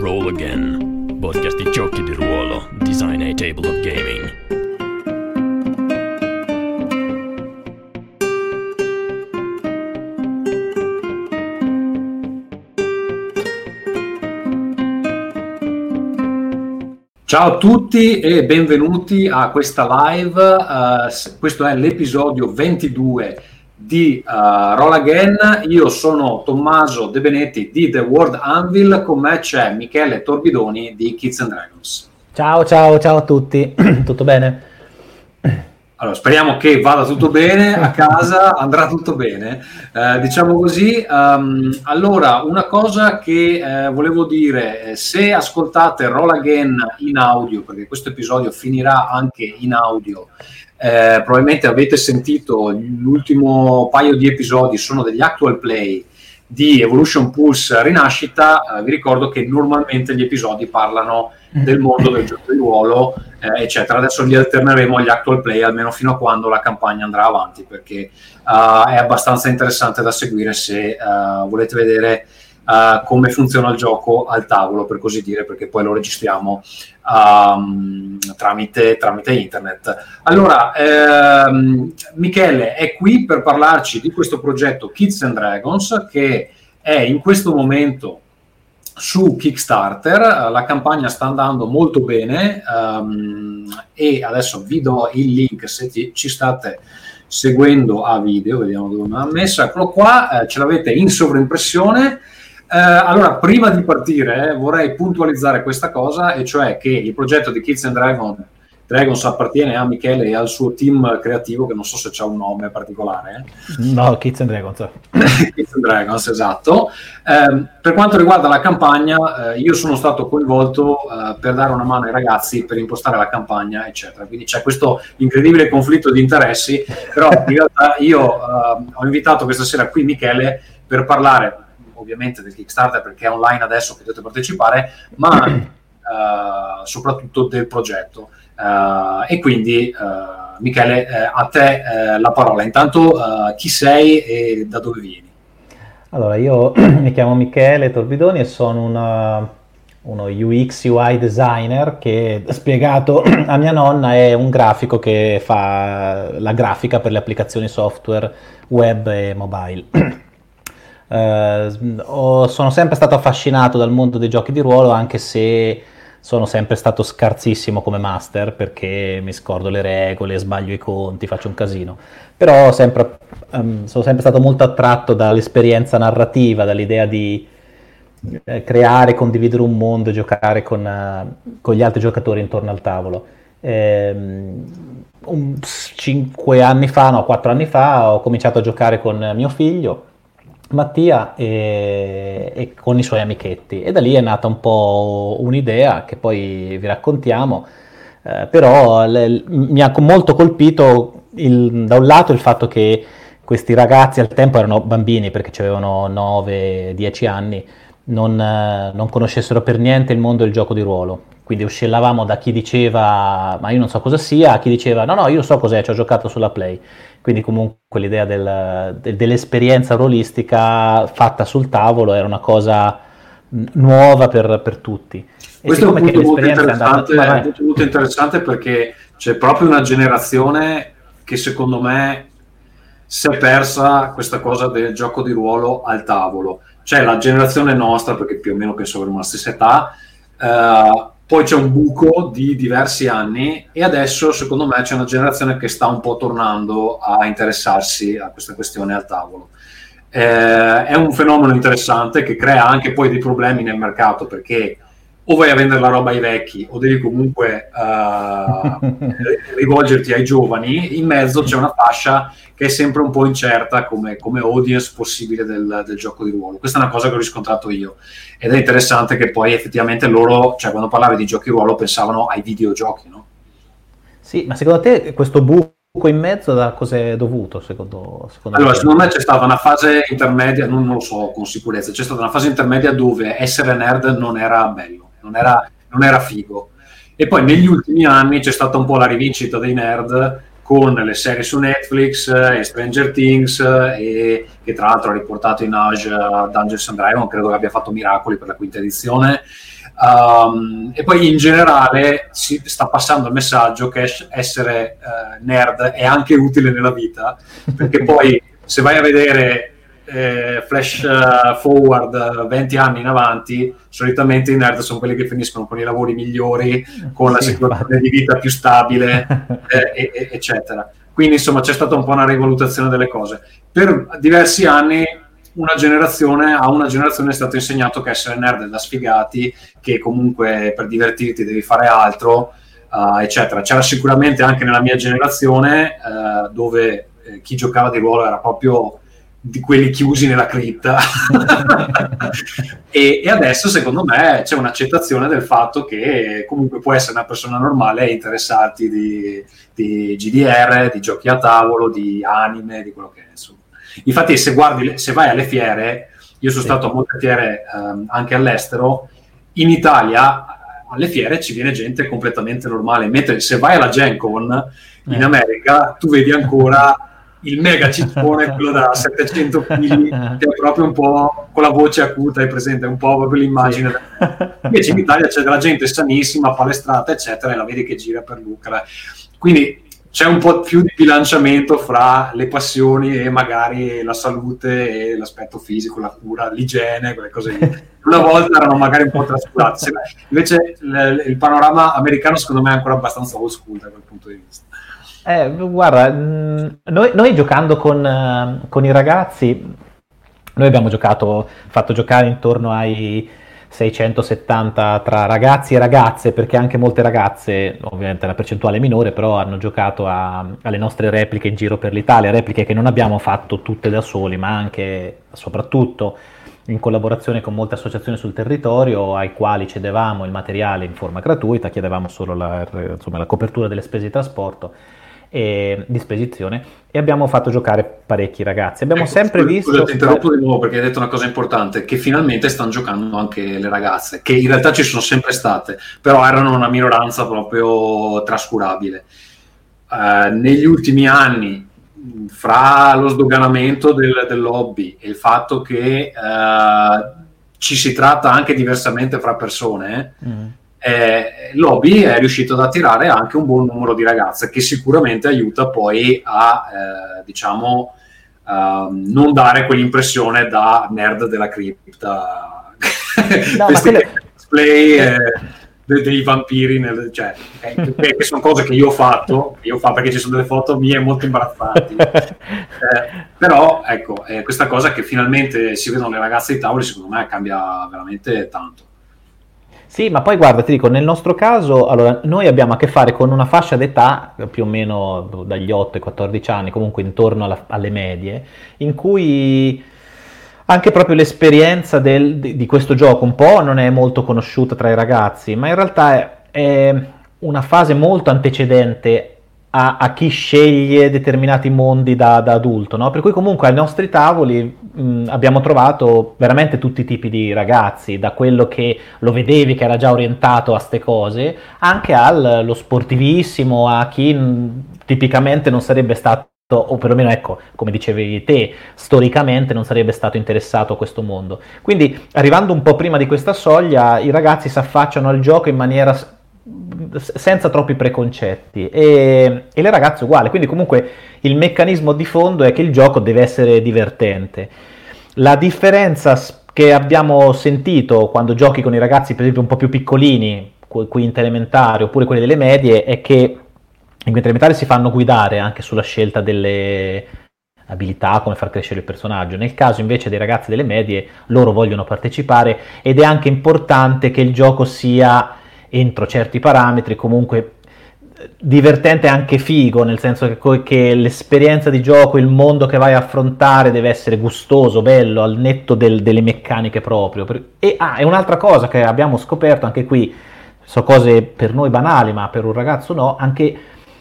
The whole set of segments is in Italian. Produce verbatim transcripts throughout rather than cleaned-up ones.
Roll Again, podcast di giochi di ruolo, design e tabletop gaming. Ciao a tutti e benvenuti a questa live. Uh, questo è l'episodio ventidue di uh, Roll Again. Io sono Tommaso De Benetti di The World Anvil, con me c'è Michele Torbidoni di Kids and Dragons. Ciao, ciao, ciao a tutti, tutto bene? Allora, speriamo che vada tutto bene a casa, andrà tutto bene, eh, diciamo così. Um, allora, una cosa che eh, volevo dire, se ascoltate Roll Again in audio, perché questo episodio finirà anche in audio, eh, probabilmente avete sentito l'ultimo paio di episodi sono degli actual play di Evolution Pulse Rinascita. Eh, vi ricordo che normalmente gli episodi parlano del mondo del gioco di ruolo, eh, eccetera. Adesso li alterneremo agli actual play, almeno fino a quando la campagna andrà avanti, perché uh, è abbastanza interessante da seguire se uh, volete vedere uh, come funziona il gioco al tavolo, per così dire, perché poi lo registriamo um, tramite, tramite internet. Allora, ehm, Michele è qui per parlarci di questo progetto Kids and Dragons, che è in questo momento su Kickstarter. La campagna sta andando molto bene, um, e adesso vi do il link se ti, ci state seguendo a video. Vediamo dove me l'ha messo, eccolo qua, eh, ce l'avete in sovraimpressione. Eh, allora, prima di partire eh, vorrei puntualizzare questa cosa, e cioè che il progetto di Kids and Dragon, Dragons appartiene a Michele e al suo team creativo, che non so se c'ha un nome particolare. Eh. No, Kids and Dragons. Kids and Dragons, esatto. Eh, per quanto riguarda la campagna, eh, io sono stato coinvolto eh, per dare una mano ai ragazzi per impostare la campagna, eccetera. Quindi c'è questo incredibile conflitto di interessi, però in realtà io eh, ho invitato questa sera qui Michele per parlare ovviamente del Kickstarter, perché è online adesso che dovete partecipare, ma eh, soprattutto del progetto. Uh, e quindi uh, Michele, eh, a te eh, la parola. Intanto uh, chi sei e da dove vieni? Allora, io mi chiamo Michele Torbidoni e sono una, uno U X U I designer che, spiegato a mia nonna, è un grafico che fa la grafica per le applicazioni software web e mobile. uh, ho, sono sempre stato affascinato dal mondo dei giochi di ruolo, anche se sono sempre stato scarsissimo come master, perché mi scordo le regole, sbaglio i conti, faccio un casino. Però sempre, um, sono sempre stato molto attratto dall'esperienza narrativa, dall'idea di eh, creare, condividere un mondo e giocare con, uh, con gli altri giocatori intorno al tavolo. Ehm, un, cinque anni fa, no, quattro anni fa, ho cominciato a giocare con mio figlio Mattia e, e con i suoi amichetti, e da lì è nata un po' un'idea che poi vi raccontiamo, eh, però le, mi ha molto colpito il, da un lato il fatto che questi ragazzi, al tempo erano bambini perché avevano nove dieci anni, non, eh, non conoscessero per niente il mondo del gioco di ruolo. Quindi oscillavamo da chi diceva ma io non so cosa sia, a chi diceva no no io so cos'è, ci ho giocato sulla Play. Quindi comunque l'idea del, de, dell'esperienza ruolistica fatta sul tavolo era una cosa nuova per, per tutti. E questo è un punto molto interessante, andata... è molto interessante, perché c'è proprio una generazione che secondo me si è persa questa cosa del gioco di ruolo al tavolo. C'è la generazione nostra, perché più o meno penso avremo la stessa età, eh, poi c'è un buco di diversi anni, e adesso secondo me c'è una generazione che sta un po' tornando a interessarsi a questa questione al tavolo. Eh, è un fenomeno interessante che crea anche poi dei problemi nel mercato, perché o vai a vendere la roba ai vecchi o devi comunque uh, rivolgerti ai giovani. In mezzo c'è una fascia che è sempre un po' incerta come, come audience possibile del, del gioco di ruolo. Questa è una cosa che ho riscontrato io, ed è interessante che poi effettivamente loro, cioè quando parlavi di giochi di ruolo pensavano ai videogiochi, no? Sì, ma secondo te questo buco in mezzo da cos'è dovuto? Secondo, secondo allora, te? secondo me c'è stata una fase intermedia, non, non lo so con sicurezza, c'è stata una fase intermedia dove essere nerd non era bello, non era, non era figo, e poi negli ultimi anni c'è stata un po' la rivincita dei nerd con le serie su Netflix e Stranger Things, e che tra l'altro ha riportato in auge Dungeons and Dragons, credo che abbia fatto miracoli per la quinta edizione. Um, e poi in generale si sta passando il messaggio che essere uh, nerd è anche utile nella vita, perché poi se vai a vedere eh, flash uh, forward venti anni in avanti, solitamente i nerd sono quelli che finiscono con i lavori migliori, con la sì, situazione di vita più stabile, eh, e, e, eccetera. Quindi insomma c'è stata un po' una rivalutazione delle cose. Per diversi anni una generazione a una generazione è stato insegnato che essere nerd è da sfigati, che comunque per divertirti devi fare altro, uh, eccetera. C'era sicuramente anche nella mia generazione uh, dove eh, chi giocava di ruolo era proprio di quelli chiusi nella cripta e, e adesso secondo me c'è un'accettazione del fatto che comunque puoi essere una persona normale e interessarti di, di G D R, di giochi a tavolo, di anime, di quello che è, insomma. Infatti se guardi, se vai alle fiere, io sono sì. stato a molte fiere um, anche all'estero, in Italia alle fiere ci viene gente completamente normale, mentre se vai alla Gen Con in eh. America tu vedi ancora il mega ciccione, quello da settecento chili, che è proprio un po' con la voce acuta, è presente, un po' proprio l'immagine. Sì. Invece in Italia c'è della gente sanissima, palestrata, eccetera, e la vedi che gira per Lucca. Quindi c'è un po' più di bilanciamento fra le passioni e magari la salute e l'aspetto fisico, la cura, l'igiene, quelle cose lì. Una volta erano magari un po' trascurate. Invece il, il panorama americano secondo me è ancora abbastanza old school da quel punto di vista. Eh, guarda, noi, noi giocando con, con i ragazzi, noi abbiamo giocato, fatto giocare intorno ai seicentosettanta tra ragazzi e ragazze, perché anche molte ragazze, ovviamente la percentuale è minore, però hanno giocato a, alle nostre repliche in giro per l'Italia, repliche che non abbiamo fatto tutte da soli, ma anche, soprattutto, in collaborazione con molte associazioni sul territorio, ai quali cedevamo il materiale in forma gratuita, chiedevamo solo la, insomma, la copertura delle spese di trasporto e di spedizione, e abbiamo fatto giocare parecchi ragazzi. Abbiamo ecco, sempre scusa, visto... Scusa, ti interrompo di nuovo perché hai detto una cosa importante, che finalmente stanno giocando anche le ragazze, che in realtà ci sono sempre state, però erano una minoranza proprio trascurabile. Uh, negli ultimi anni, fra lo sdoganamento del, del hobby e il fatto che uh, ci si tratta anche diversamente fra persone, mm. Eh, l'hobby è riuscito ad attirare anche un buon numero di ragazze, che sicuramente aiuta poi a eh, diciamo uh, non dare quell'impressione da nerd della cripta, no, questi quello... display eh, de- dei vampiri nel, cioè, eh, che, che sono cose che io ho fatto io fa perché ci sono delle foto mie molto imbarazzanti, eh, però ecco eh, questa cosa che finalmente si vedono le ragazze ai tavoli secondo me cambia veramente tanto. Sì, ma poi guarda, ti dico, nel nostro caso, allora, noi abbiamo a che fare con una fascia d'età, più o meno dagli otto ai quattordici anni, comunque intorno alla, alle medie, in cui anche proprio l'esperienza del, di, di questo gioco un po' non è molto conosciuta tra i ragazzi, ma in realtà è, è una fase molto antecedente a, a chi sceglie determinati mondi da, da adulto, no? Per cui comunque ai nostri tavoli mh, abbiamo trovato veramente tutti i tipi di ragazzi, da quello che lo vedevi che era già orientato a ste cose, anche allo sportivissimo, a chi mh, tipicamente non sarebbe stato, o perlomeno ecco, come dicevi te, storicamente non sarebbe stato interessato a questo mondo. Quindi arrivando un po' prima di questa soglia, i ragazzi si affacciano al gioco in maniera senza troppi preconcetti e, e le ragazze uguali, quindi comunque il meccanismo di fondo è che il gioco deve essere divertente. La differenza che abbiamo sentito quando giochi con i ragazzi per esempio un po' più piccolini, quinta elementare oppure quelli delle medie, è che in quinta elementare si fanno guidare anche sulla scelta delle abilità, come far crescere il personaggio. Nel caso invece dei ragazzi delle medie, loro vogliono partecipare ed è anche importante che il gioco sia entro certi parametri comunque divertente e anche figo, nel senso che, che l'esperienza di gioco, il mondo che vai a affrontare deve essere gustoso, bello, al netto del, delle meccaniche proprio. E ah, è un'altra cosa che abbiamo scoperto anche qui, sono cose per noi banali ma per un ragazzo no, anche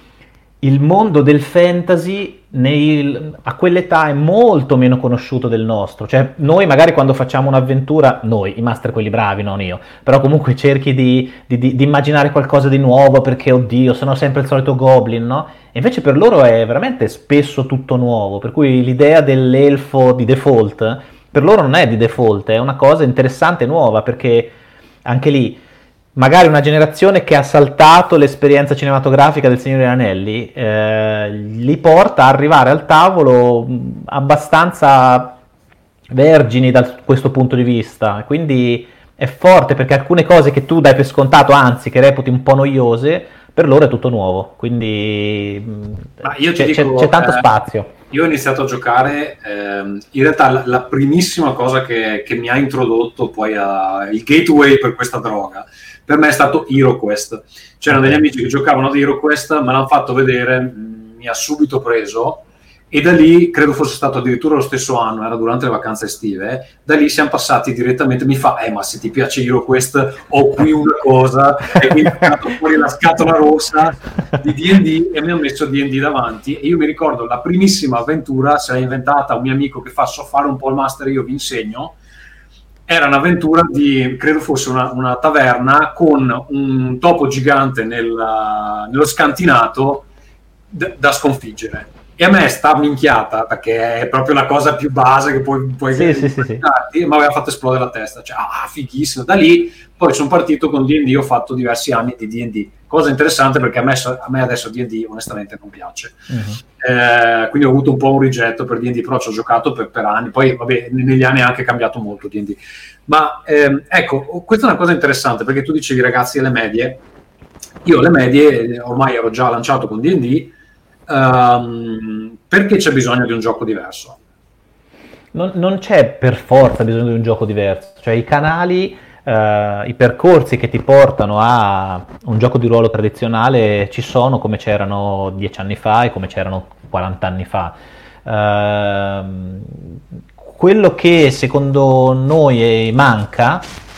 il mondo del fantasy nei, a quell'età è molto meno conosciuto del nostro, cioè noi magari quando facciamo un'avventura, noi, i master quelli bravi, non io, però comunque cerchi di, di, di, di immaginare qualcosa di nuovo perché oddio, sono sempre il solito goblin, no? E invece per loro è veramente spesso tutto nuovo, per cui l'idea dell'elfo di default, per loro non è di default, è una cosa interessante e nuova perché anche lì, magari una generazione che ha saltato l'esperienza cinematografica del Signore degli Anelli, eh, li porta a arrivare al tavolo abbastanza vergini da questo punto di vista, quindi è forte perché alcune cose che tu dai per scontato, anzi che reputi un po' noiose, per loro è tutto nuovo, quindi Ma io c'è, ti dico, c'è, c'è tanto eh, spazio. Io ho iniziato a giocare, ehm, in realtà la, la primissima cosa che, che mi ha introdotto poi a, il gateway per questa droga, per me è stato HeroQuest. C'erano degli amici che giocavano ad HeroQuest, me l'hanno fatto vedere, mh, mi ha subito preso, e da lì, credo fosse stato addirittura lo stesso anno, era durante le vacanze estive, da lì siamo passati direttamente, mi fa, eh ma se ti piace HeroQuest ho qui una cosa, e quindi ho tirato fuori la scatola rossa di D and D e mi ha messo D and D davanti, e io mi ricordo la primissima avventura, se l'ha inventata un mio amico che fa, so fare un po' il master, io vi insegno, era un'avventura di, credo fosse una, una taverna con un topo gigante nel, nello scantinato d- da sconfiggere. E a me sta minchiata, perché è proprio la cosa più base che puoi, puoi sì, sì, sì, sì. ma aveva fatto esplodere la testa, cioè, ah, fighissimo. Da lì poi sono partito con D and D, ho fatto diversi anni di D and D, cosa interessante perché a me, a me adesso D and D onestamente non piace. Uh-huh. Eh, quindi ho avuto un po' un rigetto per D and D, però ci ho giocato per, per anni, poi vabbè, negli anni è anche cambiato molto D and D. Ma ehm, ecco, questa è una cosa interessante, perché tu dicevi ragazzi alle medie, io alle medie ormai ero già lanciato con D and D. Um, perché c'è bisogno di un gioco diverso? Non, non c'è per forza bisogno di un gioco diverso, cioè i canali, uh, i percorsi che ti portano a un gioco di ruolo tradizionale ci sono, come c'erano dieci anni fa e come c'erano quaranta anni fa. Uh, quello che secondo noi manca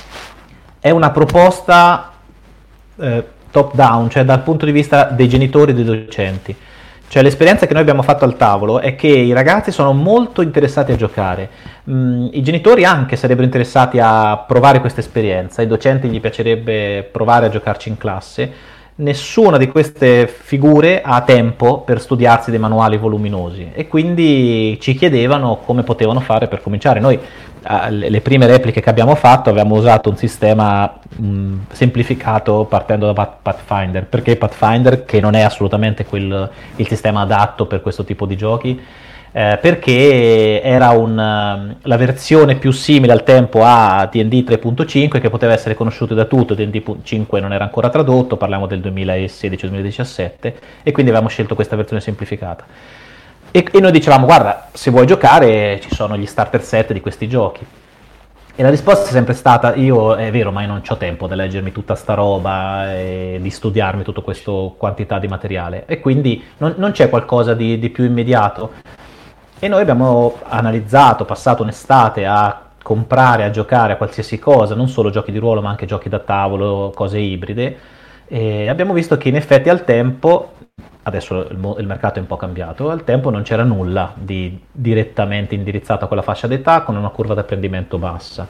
è una proposta uh, top down, cioè dal punto di vista dei genitori e dei docenti. Cioè l'esperienza che noi abbiamo fatto al tavolo è che i ragazzi sono molto interessati a giocare, mm, i genitori anche sarebbero interessati a provare questa esperienza, ai docenti gli piacerebbe provare a giocarci in classe, nessuna di queste figure ha tempo per studiarsi dei manuali voluminosi e quindi ci chiedevano come potevano fare per cominciare. Noi le prime repliche che abbiamo fatto avevamo usato un sistema mh, semplificato partendo da Pathfinder, perché Pathfinder, che non è assolutamente quel, il sistema adatto per questo tipo di giochi, eh, perché era un, la versione più simile al tempo a D and D tre punto cinque che poteva essere conosciuto da tutto. D and D cinque non era ancora tradotto, parliamo del duemilasedici duemiladiciassette, e quindi avevamo scelto questa versione semplificata. E, e noi dicevamo, guarda, se vuoi giocare ci sono gli starter set di questi giochi. E la risposta è sempre stata, io è vero, ma io non ho tempo di leggermi tutta sta roba e di studiarmi tutta questa quantità di materiale. E quindi non, non c'è qualcosa di, di più immediato. E noi abbiamo analizzato, passato un'estate a comprare, a giocare a qualsiasi cosa, non solo giochi di ruolo ma anche giochi da tavolo, cose ibride. E abbiamo visto che in effetti al tempo... Adesso il, mo- il mercato è un po' cambiato, al tempo non c'era nulla di direttamente indirizzato a quella fascia d'età con una curva d'apprendimento bassa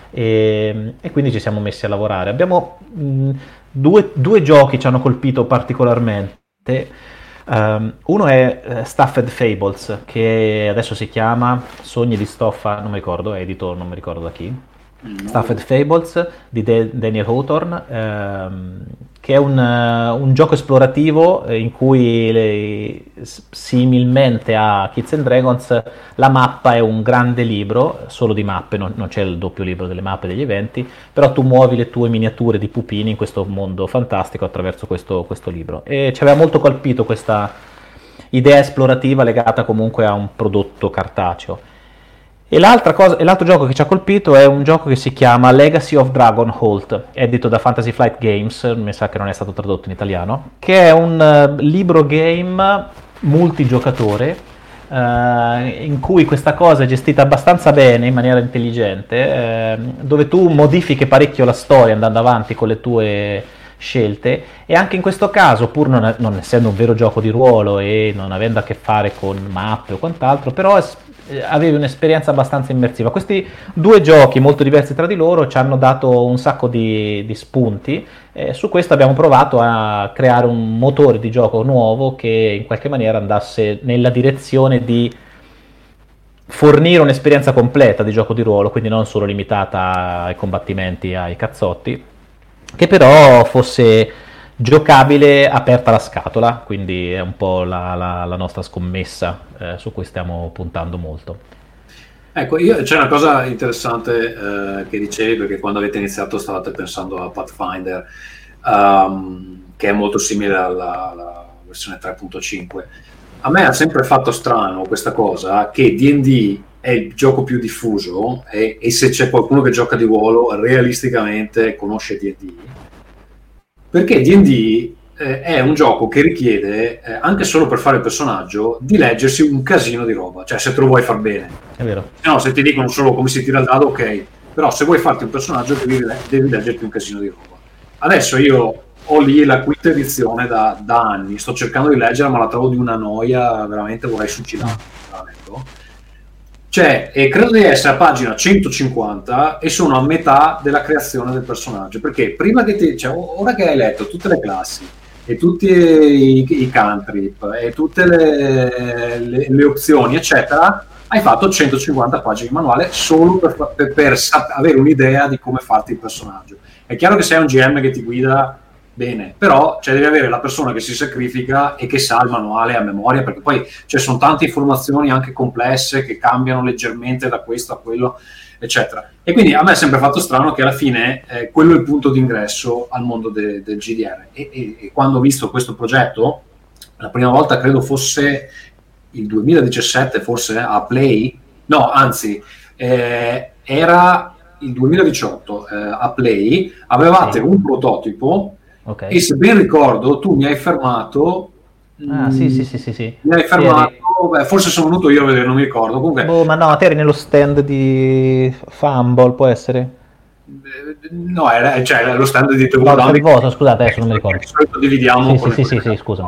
e, e quindi ci siamo messi a lavorare. Abbiamo mh, due, due giochi ci hanno colpito particolarmente. Um, uno è uh, Stuffed Fables, che adesso si chiama Sogni di Stoffa, non mi ricordo, è edito, non mi ricordo da chi. Mm. Stuffed Fables di De- Daniel Hawthorne, ehm, che è un, uh, un gioco esplorativo in cui le, similmente a Kids and Dragons la mappa è un grande libro solo di mappe, non, non c'è il doppio libro delle mappe degli eventi, però tu muovi le tue miniature di pupini in questo mondo fantastico attraverso questo, questo libro, e ci aveva molto colpito questa idea esplorativa legata comunque a un prodotto cartaceo. E l'altra cosa, e l'altro gioco che ci ha colpito è un gioco che si chiama Legacy of Dragonholt, edito da Fantasy Flight Games, mi sa che non è stato tradotto in italiano, che è un uh, libro game multigiocatore uh, in cui questa cosa è gestita abbastanza bene, in maniera intelligente, eh, dove tu modifichi parecchio la storia andando avanti con le tue scelte, e anche in questo caso, pur non, non essendo un vero gioco di ruolo e non avendo a che fare con mappe o quant'altro, però è, avevi un'esperienza abbastanza immersiva. Questi due giochi molto diversi tra di loro ci hanno dato un sacco di, di spunti, e su questo abbiamo provato a creare un motore di gioco nuovo che in qualche maniera andasse nella direzione di fornire un'esperienza completa di gioco di ruolo, quindi non solo limitata ai combattimenti, ai cazzotti, che però fosse giocabile aperta la scatola, quindi è un po' la, la, la nostra scommessa eh, su cui stiamo puntando molto. Ecco, io, c'è una cosa interessante eh, che dicevi, perché quando avete iniziato stavate pensando a Pathfinder, um, che è molto simile alla, alla versione tre punto cinque. A me ha sempre fatto strano questa cosa, che D and D è il gioco più diffuso e, e se c'è qualcuno che gioca di ruolo realisticamente conosce D and D, perché D and D eh, è un gioco che richiede, eh, anche solo per fare il personaggio, di leggersi un casino di roba, cioè se te lo vuoi far bene. È vero. No, se ti dicono solo come si tira il dado, ok, però se vuoi farti un personaggio devi, devi leggerti un casino di roba. Adesso io ho lì la quinta edizione da, da anni, sto cercando di leggere ma la trovo di una noia, veramente vorrei suicidarmi. Cioè, e credo di essere a pagina centocinquanta e sono a metà della creazione del personaggio, perché prima che ti, cioè, ora che hai letto tutte le classi e tutti i, i cantrip e tutte le, le, le opzioni eccetera, hai fatto centocinquanta pagine di manuale solo per, per, per sap- avere un'idea di come farti il personaggio. È chiaro che sei un G M che ti guida bene, però cioè, devi avere la persona che si sacrifica e che sa il manuale a memoria, perché poi ci sono tante informazioni anche complesse che cambiano leggermente da questo a quello eccetera, e quindi a me è sempre fatto strano che alla fine eh, quello è il punto d'ingresso al mondo de- del G D R e, e, e quando ho visto questo progetto la prima volta, credo fosse il duemiladiciassette, forse a Play, no anzi eh, era il duemiladiciotto eh, a Play, avevate sì. un prototipo. Okay. E se ben ricordo tu mi hai fermato ah mh, sì sì sì sì sì mi hai fermato beh, forse sono venuto io a vedere, non mi ricordo comunque boh, ma no, te eri nello stand di Fumble, può essere? No, era, cioè, era lo stand di T V no, del voto, scusate, adesso non mi ricordo. Di solito dividiamo sì sì sì, sì, sì scusami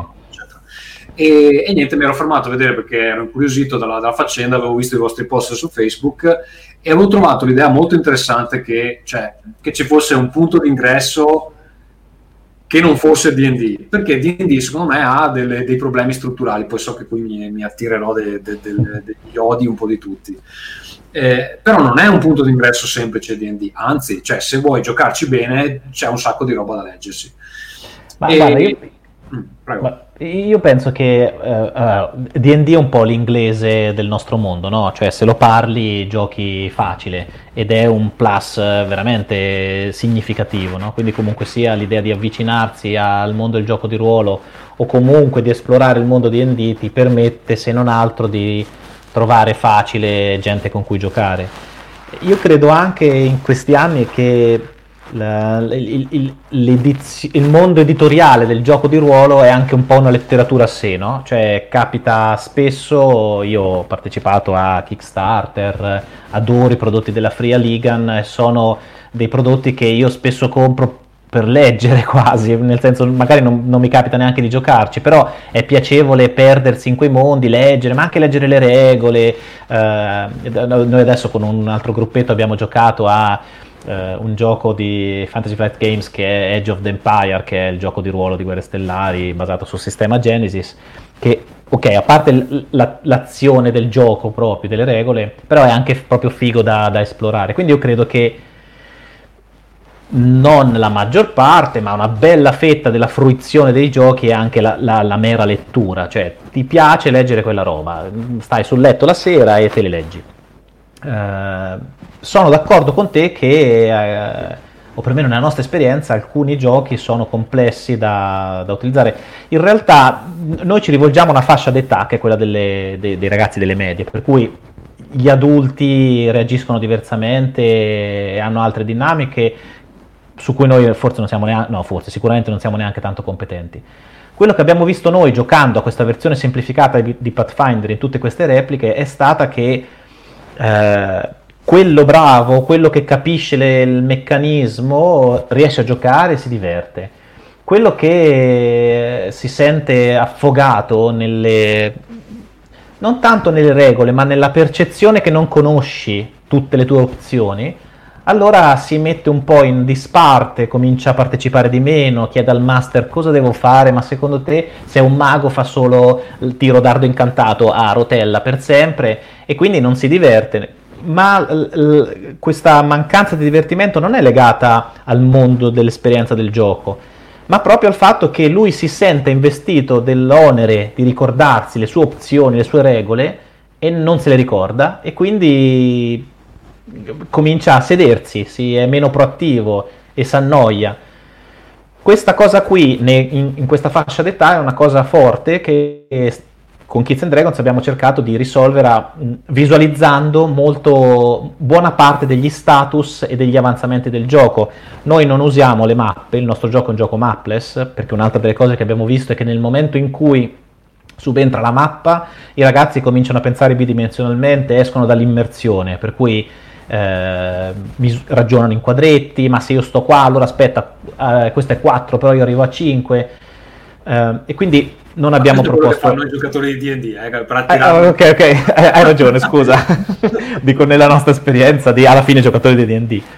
e, e niente, mi ero fermato a vedere perché ero incuriosito dalla, dalla faccenda, avevo visto i vostri post su Facebook e avevo trovato l'idea molto interessante che, cioè, che ci fosse un punto d'ingresso che non fosse D and D, perché D and D secondo me ha delle, dei problemi strutturali, poi so che qui mi, mi attirerò de, de, de, de, degli odi un po' di tutti, eh, però non è un punto d'ingresso semplice D and D, anzi, cioè, se vuoi giocarci bene c'è un sacco di roba da leggersi. Ma e... guarda, io... Mm, prego. Ma... Io penso che uh, uh, D and D è un po' l'inglese del nostro mondo, no? Cioè se lo parli giochi facile ed è un plus veramente significativo, no? Quindi comunque sia l'idea di avvicinarsi al mondo del gioco di ruolo o comunque di esplorare il mondo D and D ti permette se non altro di trovare facile gente con cui giocare. Io credo anche in questi anni che La, il, il, il mondo editoriale del gioco di ruolo è anche un po' una letteratura a sé, no? Cioè capita spesso, io ho partecipato a Kickstarter, adoro i prodotti della Free Ligan, sono dei prodotti che io spesso compro per leggere quasi, nel senso magari non, non mi capita neanche di giocarci, però è piacevole perdersi in quei mondi, leggere, ma anche leggere le regole. Eh, noi adesso con un altro gruppetto abbiamo giocato a Uh, un gioco di Fantasy Flight Games che è Age of the Empire, che è il gioco di ruolo di Guerre Stellari basato sul sistema Genesis, che ok, a parte l- la- l'azione del gioco proprio, delle regole, però è anche proprio figo da, da esplorare, quindi io credo che non la maggior parte, ma una bella fetta della fruizione dei giochi è anche la, la, la mera lettura, cioè ti piace leggere quella roba, stai sul letto la sera e te le leggi. Uh, sono d'accordo con te che uh, o perlomeno nella nostra esperienza alcuni giochi sono complessi da, da utilizzare. In realtà noi ci rivolgiamo a una fascia d'età che è quella delle, dei, dei ragazzi delle medie, per cui gli adulti reagiscono diversamente e hanno altre dinamiche su cui noi forse non siamo neanche, no forse sicuramente non siamo neanche tanto competenti. Quello che abbiamo visto noi giocando a questa versione semplificata di, di Pathfinder in tutte queste repliche è stata che Eh, quello bravo, quello che capisce le, il meccanismo riesce a giocare e si diverte. Quello che si sente affogato nelle, non tanto nelle regole, ma nella percezione che non conosci tutte le tue opzioni, allora si mette un po' in disparte, comincia a partecipare di meno, chiede al master cosa devo fare, ma secondo te se un mago fa solo il tiro dardo incantato a rotella per sempre, e quindi non si diverte. Ma l- l- questa mancanza di divertimento non è legata al mondo dell'esperienza del gioco, ma proprio al fatto che lui si sente investito dell'onere di ricordarsi le sue opzioni, le sue regole, e non se le ricorda, e quindi comincia a sedersi, si è meno proattivo e si annoia. Questa cosa qui, in, in questa fascia d'età, è una cosa forte che con Kids and Dragons abbiamo cercato di risolvere visualizzando molto buona parte degli status e degli avanzamenti del gioco. Noi non usiamo le mappe, il nostro gioco è un gioco mapless, perché un'altra delle cose che abbiamo visto è che nel momento in cui subentra la mappa, i ragazzi cominciano a pensare bidimensionalmente, escono dall'immersione, per cui eh, ragionano in quadretti, ma se io sto qua, allora aspetta, eh, questo è quattro, però io arrivo a cinque, eh, e quindi non abbiamo proposto... Fanno i giocatori di D and D, eh, per attirare... eh, ok, ok, hai ragione, scusa. Dico nella nostra esperienza di alla fine giocatori di D and D.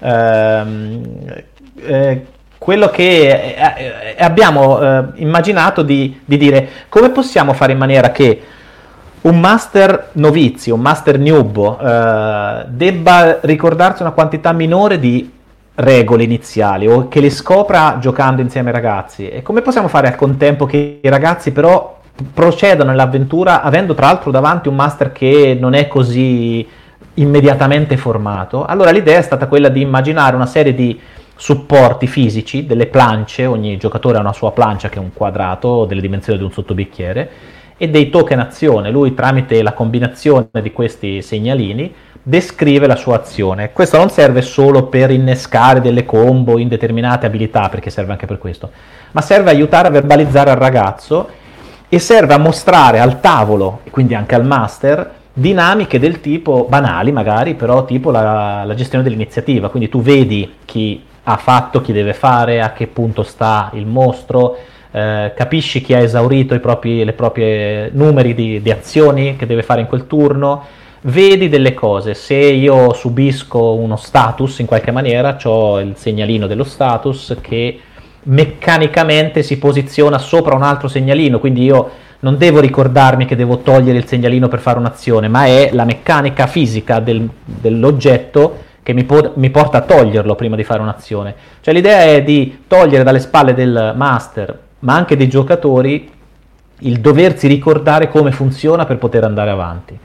Eh, eh, quello che eh, abbiamo eh, immaginato di, di dire come possiamo fare in maniera che un master novizio, un master newbo eh, debba ricordarsi una quantità minore di regole iniziali o che le scopra giocando insieme ai ragazzi, e come possiamo fare al contempo che i ragazzi però procedano nell'avventura avendo tra l'altro davanti un master che non è così immediatamente formato. Allora l'idea è stata quella di immaginare una serie di supporti fisici, delle plance, ogni giocatore ha una sua plancia che è un quadrato delle dimensioni di un sottobicchiere, e dei token azione. Lui tramite la combinazione di questi segnalini descrive la sua azione. Questo non serve solo per innescare delle combo in determinate abilità, perché serve anche per questo, ma serve a aiutare a verbalizzare al ragazzo e serve a mostrare al tavolo, e quindi anche al master, dinamiche del tipo banali magari, però tipo la, la gestione dell'iniziativa. Quindi tu vedi chi ha fatto, chi deve fare, a che punto sta il mostro, eh, capisci chi ha esaurito i propri, le proprie numeri di, di azioni che deve fare in quel turno, vedi delle cose. Se io subisco uno status in qualche maniera, c'ho il segnalino dello status che meccanicamente si posiziona sopra un altro segnalino, quindi io non devo ricordarmi che devo togliere il segnalino per fare un'azione, ma è la meccanica fisica del, dell'oggetto che mi, po- mi porta a toglierlo prima di fare un'azione. Cioè l'idea è di togliere dalle spalle del master, ma anche dei giocatori, il doversi ricordare come funziona per poter andare avanti.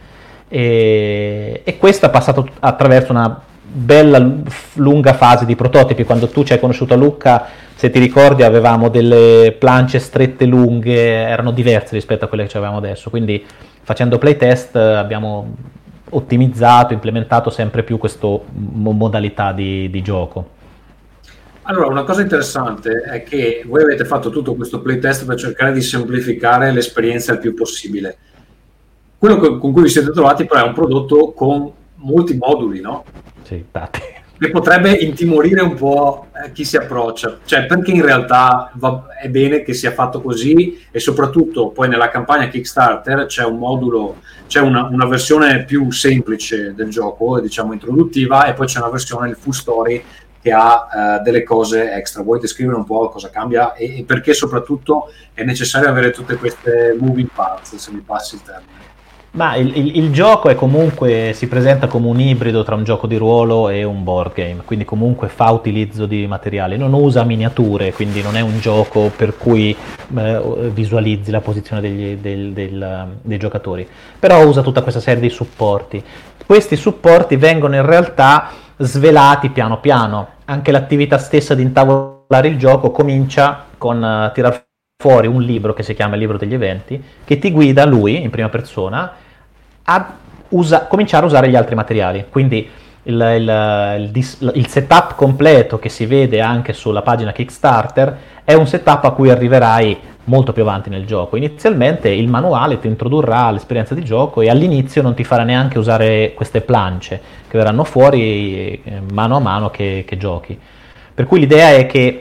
E, e questo è passato attraverso una bella lunga fase di prototipi. Quando tu ci hai conosciuto a Lucca, se ti ricordi, avevamo delle plance strette lunghe, erano diverse rispetto a quelle che avevamo adesso, quindi facendo playtest abbiamo ottimizzato, implementato sempre più questa modalità di, di gioco. Allora, una cosa interessante è che voi avete fatto tutto questo playtest per cercare di semplificare l'esperienza il più possibile. Quello che, con cui vi siete trovati però è un prodotto con molti moduli, no? Sì, tanti. Che potrebbe intimorire un po' eh, chi si approccia, cioè perché in realtà va, è bene che sia fatto così, e soprattutto poi nella campagna Kickstarter c'è un modulo, c'è una, una versione più semplice del gioco, diciamo introduttiva, e poi c'è una versione, il full story, che ha eh, delle cose extra. Vuoi descrivere un po' cosa cambia e, e perché soprattutto è necessario avere tutte queste moving parts, se mi passi il termine? Ma il, il, il gioco è comunque, si presenta come un ibrido tra un gioco di ruolo e un board game, quindi comunque fa utilizzo di materiali, non usa miniature, quindi non è un gioco per cui eh, visualizzi la posizione degli, del, del, dei giocatori, però usa tutta questa serie di supporti. Questi supporti vengono in realtà svelati piano piano. Anche l'attività stessa di intavolare il gioco comincia con uh, tirar fuori un libro che si chiama il libro degli eventi, che ti guida lui in prima persona a usa- cominciare a usare gli altri materiali. Quindi il, il, il, dis- il setup completo che si vede anche sulla pagina Kickstarter è un setup a cui arriverai molto più avanti nel gioco. Inizialmente il manuale ti introdurrà all'esperienza di gioco e all'inizio non ti farà neanche usare queste plance che verranno fuori eh, mano a mano che, che giochi. Per cui l'idea è che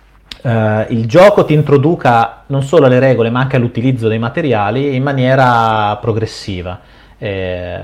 Uh, il gioco ti introduca non solo alle regole ma anche all'utilizzo dei materiali in maniera progressiva. Eh,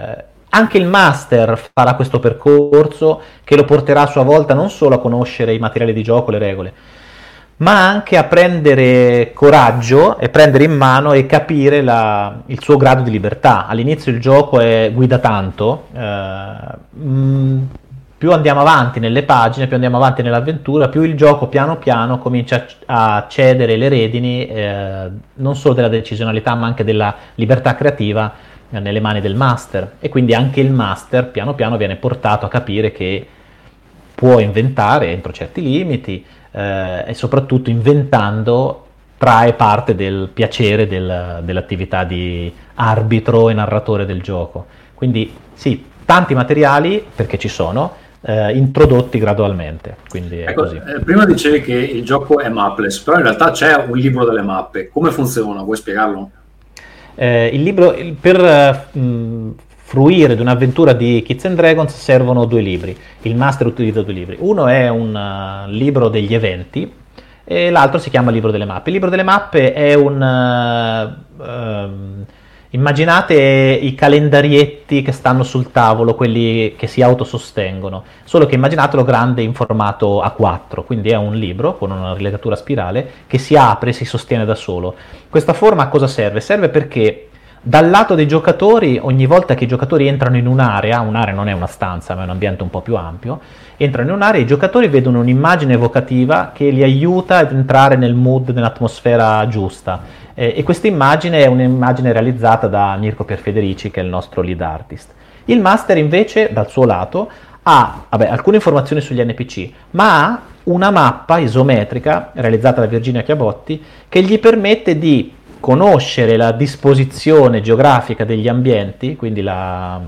Anche il master farà questo percorso che lo porterà a sua volta non solo a conoscere i materiali di gioco, le regole, ma anche a prendere coraggio e prendere in mano e capire la, il suo grado di libertà. All'inizio il gioco è, guida tanto, eh, mh, più andiamo avanti nelle pagine, più andiamo avanti nell'avventura, più il gioco piano piano comincia a cedere le redini eh, non solo della decisionalità ma anche della libertà creativa eh, nelle mani del master, e quindi anche il master piano piano viene portato a capire che può inventare entro certi limiti eh, e soprattutto inventando trae parte del piacere del, dell'attività di arbitro e narratore del gioco. Quindi sì, tanti materiali, perché ci sono, eh, introdotti gradualmente. Quindi è ecco, così. Eh, prima dicevi che il gioco è mapless, però in realtà c'è un libro delle mappe. Come funziona? Vuoi spiegarlo? Eh, il libro, il, per uh, fruire di un'avventura di Kids and Dragons servono due libri. Il master utilizza due libri. Uno è un uh, libro degli eventi e l'altro si chiama libro delle mappe. Il libro delle mappe è un... Uh, um, immaginate i calendarietti che stanno sul tavolo, quelli che si autosostengono, solo che immaginatelo grande in formato A quattro, quindi è un libro con una rilegatura a spirale che si apre e si sostiene da solo. Questa forma a cosa serve? Serve perché dal lato dei giocatori, ogni volta che i giocatori entrano in un'area, un'area non è una stanza ma è un ambiente un po' più ampio, entrano in un'area, i giocatori vedono un'immagine evocativa che li aiuta ad entrare nel mood, nell'atmosfera giusta. Eh, e questa immagine è un'immagine realizzata da Mirko Pierfederici, che è il nostro lead artist. Il master invece, dal suo lato, ha vabbè, alcune informazioni sugli N P C, ma ha una mappa isometrica realizzata da Virginia Chiabotti che gli permette di conoscere la disposizione geografica degli ambienti, quindi la,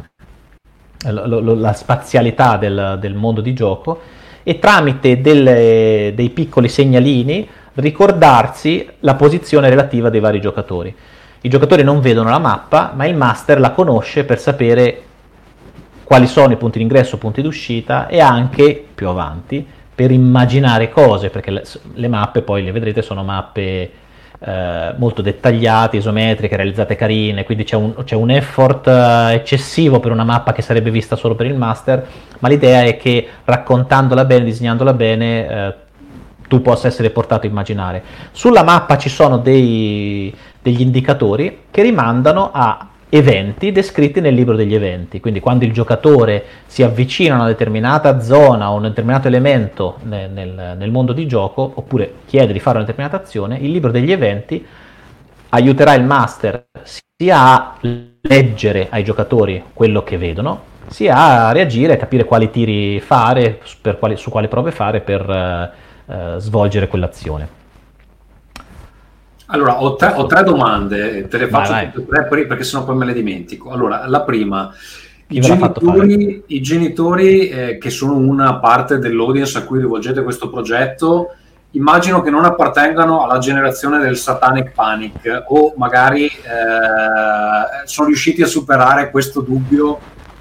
la, la, la spazialità del, del mondo di gioco, e tramite delle, dei piccoli segnalini ricordarsi la posizione relativa dei vari giocatori. I giocatori non vedono la mappa, ma il master la conosce per sapere quali sono i punti d'ingresso, punti d'uscita, e anche più avanti per immaginare cose, perché le, le mappe poi le vedrete sono mappe eh, molto dettagliate, isometriche, realizzate carine, quindi c'è un, c'è un effort eh, eccessivo per una mappa che sarebbe vista solo per il master, ma l'idea è che raccontandola bene, disegnandola bene, eh, tu possa essere portato a immaginare. Sulla mappa ci sono dei, degli indicatori che rimandano a eventi descritti nel libro degli eventi, quindi quando il giocatore si avvicina a una determinata zona o un determinato elemento nel, nel, nel mondo di gioco, oppure chiede di fare una determinata azione, il libro degli eventi aiuterà il master sia a leggere ai giocatori quello che vedono, sia a reagire, a capire quali tiri fare, per quali, su quali prove fare per Uh, svolgere quell'azione. Allora, ho tre, ho tre domande, te le faccio vai, tutte e tre perché sennò poi me le dimentico. Allora, la prima, i Io ve l'ho fatto fare. genitori, i genitori eh, che sono una parte dell'audience a cui rivolgete questo progetto, immagino che non appartengano alla generazione del Satanic Panic, o magari eh, sono riusciti a superare questo dubbio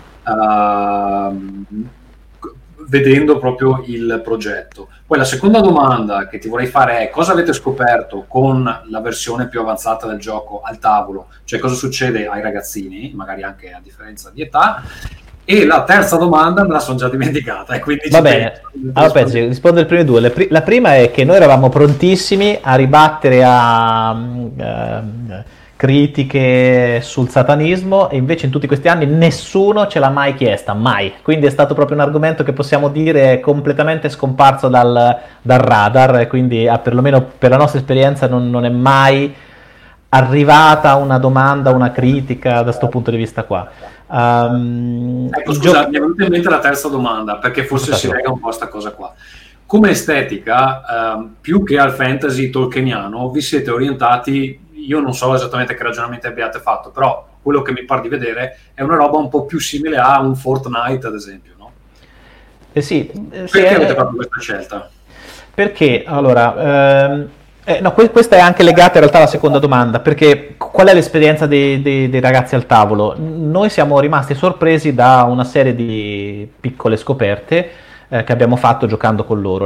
uh, vedendo proprio il progetto. Poi la seconda domanda che ti vorrei fare è: cosa avete scoperto con la versione più avanzata del gioco al tavolo? Cioè, cosa succede ai ragazzini, magari anche a differenza di età? E la terza domanda me la sono già dimenticata, e quindi va bene, allora, pensi, rispondo alle prime due. La prima è che noi eravamo prontissimi a ribattere a uh, critiche sul satanismo, e invece in tutti questi anni nessuno ce l'ha mai chiesta, mai. Quindi è stato proprio un argomento che possiamo dire è completamente scomparso dal, dal radar, e quindi ah, perlomeno per la nostra esperienza non, non è mai arrivata una domanda, una critica da questo punto di vista qua. Um, ecco, scusa, mi è venuta in mente la terza domanda, perché forse si lega un po' a sta cosa qua. Come estetica, ehm, più che al fantasy tolkieniano, vi siete orientati, io non so esattamente che ragionamenti abbiate fatto, però quello che mi pare di vedere è una roba un po' più simile a un Fortnite, ad esempio, no? Eh sì. Perché sì, avete eh, fatto questa scelta? Perché, allora... Ehm... Eh, no, que- questa è anche legata in realtà alla seconda domanda, perché qual è l'esperienza dei, dei, dei ragazzi al tavolo? Noi siamo rimasti sorpresi da una serie di piccole scoperte eh, che abbiamo fatto giocando con loro. La prima è che i ragazzi eh, non collaborano come prima strategia, eh,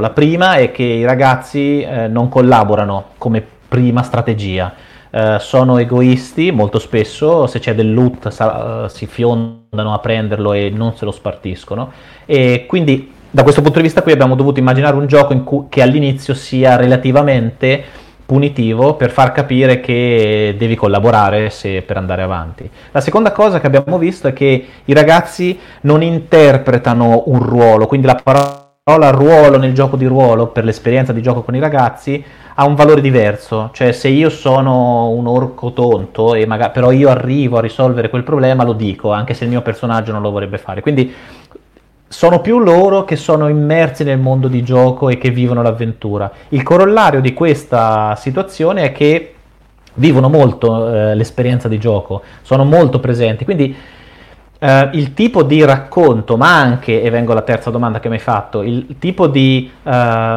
eh, sono egoisti molto spesso, se c'è del loot sa, si fiondano a prenderlo e non se lo spartiscono, e quindi da questo punto di vista qui abbiamo dovuto immaginare un gioco in cui, che all'inizio sia relativamente punitivo per far capire che devi collaborare se, per andare avanti. La seconda cosa che abbiamo visto è che i ragazzi non interpretano un ruolo, quindi la parola ruolo nel gioco di ruolo, per l'esperienza di gioco con i ragazzi, ha un valore diverso. Cioè, se io sono un orco tonto e magari, però io arrivo a risolvere quel problema, lo dico, anche se il mio personaggio non lo vorrebbe fare. Quindi sono più loro che sono immersi nel mondo di gioco e che vivono l'avventura. Il corollario di questa situazione è che vivono molto eh, l'esperienza di gioco, sono molto presenti, quindi eh, il tipo di racconto, ma anche, e vengo alla terza domanda che mi hai fatto, il tipo di eh,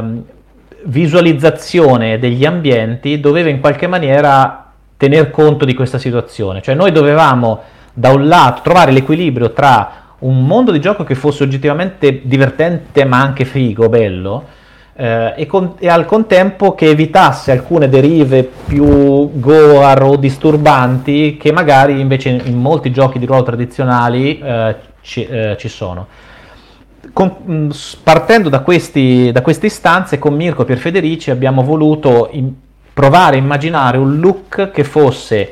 visualizzazione degli ambienti doveva in qualche maniera tener conto di questa situazione. Cioè noi dovevamo da un lato trovare l'equilibrio tra un mondo di gioco che fosse oggettivamente divertente ma anche figo, bello, eh, e, con, e al contempo che evitasse alcune derive più gore o disturbanti che magari invece in, in molti giochi di ruolo tradizionali eh, ci, eh, ci sono. Con, mh, partendo da, questi, da queste istanze, con Mirko e Pier Federici abbiamo voluto in, provare a immaginare un look che fosse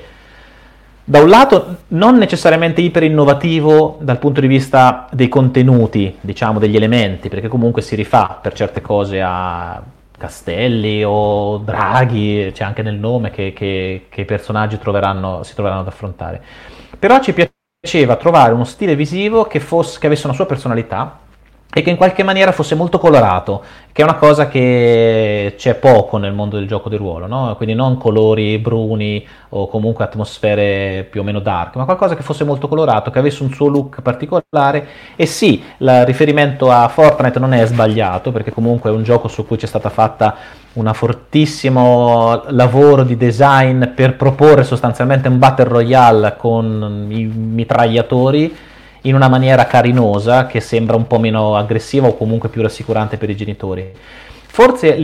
da un lato non necessariamente iper innovativo dal punto di vista dei contenuti, diciamo degli elementi, perché comunque si rifà per certe cose a castelli o draghi, c'è anche nel nome che, che, che i personaggi troveranno, si troveranno ad affrontare. Però ci piaceva trovare uno stile visivo che, fosse, che avesse una sua personalità e che in qualche maniera fosse molto colorato, che è una cosa che c'è poco nel mondo del gioco di ruolo, no? Quindi non colori bruni o comunque atmosfere più o meno dark, ma qualcosa che fosse molto colorato, che avesse un suo look particolare. E sì, il riferimento a Fortnite non è sbagliato, perché comunque è un gioco su cui c'è stata fatta un fortissimo lavoro di design per proporre sostanzialmente un battle royale con i mitragliatori in una maniera carinosa che sembra un po' meno aggressiva o comunque più rassicurante per i genitori. Forse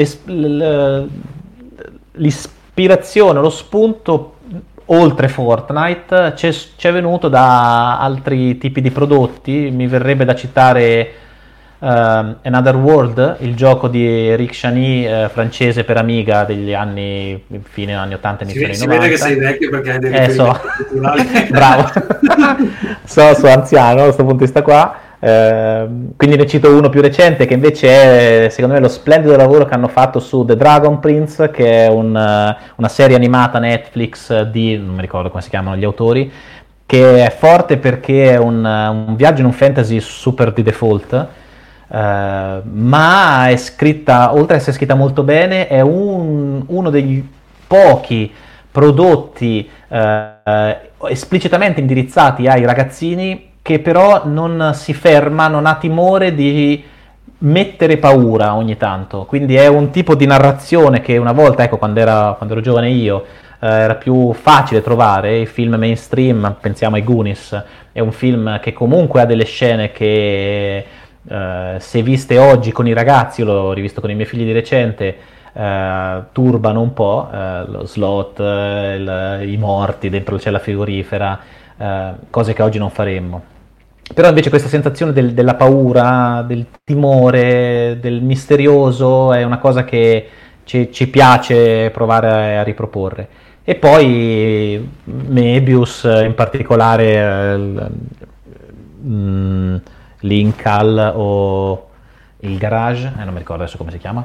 l'ispirazione, lo spunto oltre Fortnite ci è venuto da altri tipi di prodotti. Mi verrebbe da citare uh, Another World, il gioco di Eric Chany, uh, francese per Amiga degli anni fine anni ottanta, inizio anni novanta. Si vede che sei vecchio perché hai dei eh, so. Bravo. so, sono anziano da questo punto di vista qua. Eh, quindi ne cito uno più recente che invece è secondo me lo splendido lavoro che hanno fatto su The Dragon Prince, che è un, una serie animata Netflix di, non mi ricordo come si chiamano gli autori, che è forte perché è un, un viaggio in un fantasy super di default. Uh, ma è scritta, oltre ad essere scritta molto bene, è un, uno degli pochi prodotti uh, esplicitamente indirizzati ai ragazzini che però non si ferma, non ha timore di mettere paura ogni tanto. Quindi è un tipo di narrazione che una volta, ecco, quando, era, quando ero giovane io, eh, era più facile trovare. I film mainstream, pensiamo ai Goonies, è un film che comunque ha delle scene che Uh, se viste oggi con i ragazzi, io l'ho rivisto con i miei figli di recente, uh, turbano un po', uh, lo slot, uh, il, i morti dentro la cella frigorifera, uh, cose che oggi non faremmo. Però invece questa sensazione del, della paura, del timore, del misterioso è una cosa che ci, ci piace provare a, a riproporre. E poi Mebius in particolare, uh, mm, l'Incal o il Garage, eh, non mi ricordo adesso come si chiama.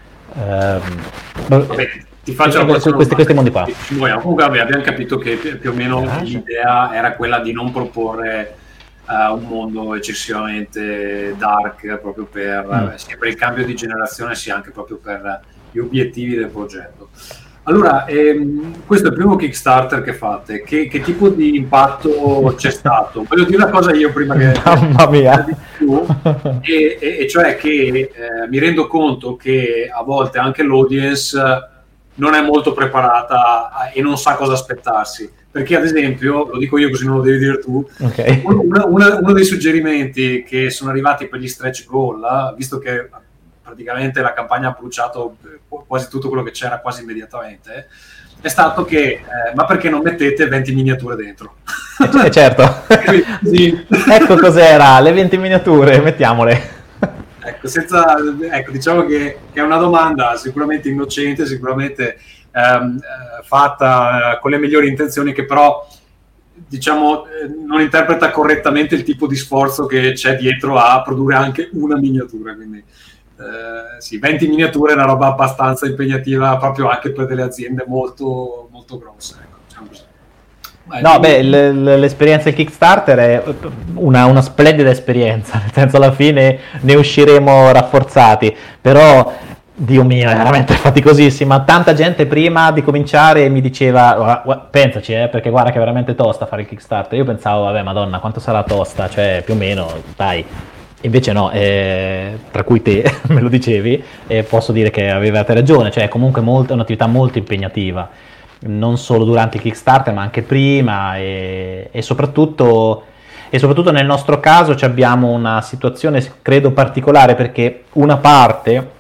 Uh, Vabbè, ti faccio la questi, questi, questi mondi qua. Comunque abbiamo capito che più o meno l'idea era quella di non proporre uh, un mondo eccessivamente dark, proprio per mm. sia per il cambio di generazione sia anche proprio per gli obiettivi del progetto. Allora, ehm, questo è il primo Kickstarter che fate. Che, che tipo di impatto c'è stato? Voglio dire una cosa io prima che... Mamma mia! Più, e, e, e cioè che eh, mi rendo conto che a volte anche l'audience non è molto preparata a, e non sa cosa aspettarsi. Perché ad esempio, lo dico io così non lo devi dire tu, okay. uno, uno, uno dei suggerimenti che sono arrivati per gli stretch goal, visto che praticamente la campagna ha bruciato quasi tutto quello che c'era quasi immediatamente, è stato che, eh, ma perché non mettete venti miniature dentro? Eh, certo. Sì. Ecco cos'era, le venti miniature, mettiamole. Ecco, senza, ecco, diciamo che, che è una domanda sicuramente innocente, sicuramente ehm, fatta eh, con le migliori intenzioni, che però diciamo eh, non interpreta correttamente il tipo di sforzo che c'è dietro a produrre anche una miniatura. Quindi eh, sì, venti miniature è una roba abbastanza impegnativa proprio anche per delle aziende molto, molto grosse, ecco, diciamo così. Beh, no, beh, l- l'esperienza del Kickstarter è una, una splendida esperienza, nel senso alla fine ne usciremo rafforzati, però, Dio mio, è veramente faticosissima. Tanta gente prima di cominciare mi diceva, pensaci, eh, perché guarda che è veramente tosta fare il Kickstarter. Io pensavo, vabbè, madonna, quanto sarà tosta, cioè più o meno, dai. Invece no, eh, tra cui te me lo dicevi, e posso dire che avevate ragione, cioè è comunque molto, è un'attività molto impegnativa. Non solo durante il Kickstarter ma anche prima e, e, soprattutto, e soprattutto nel nostro caso abbiamo una situazione credo particolare, perché una parte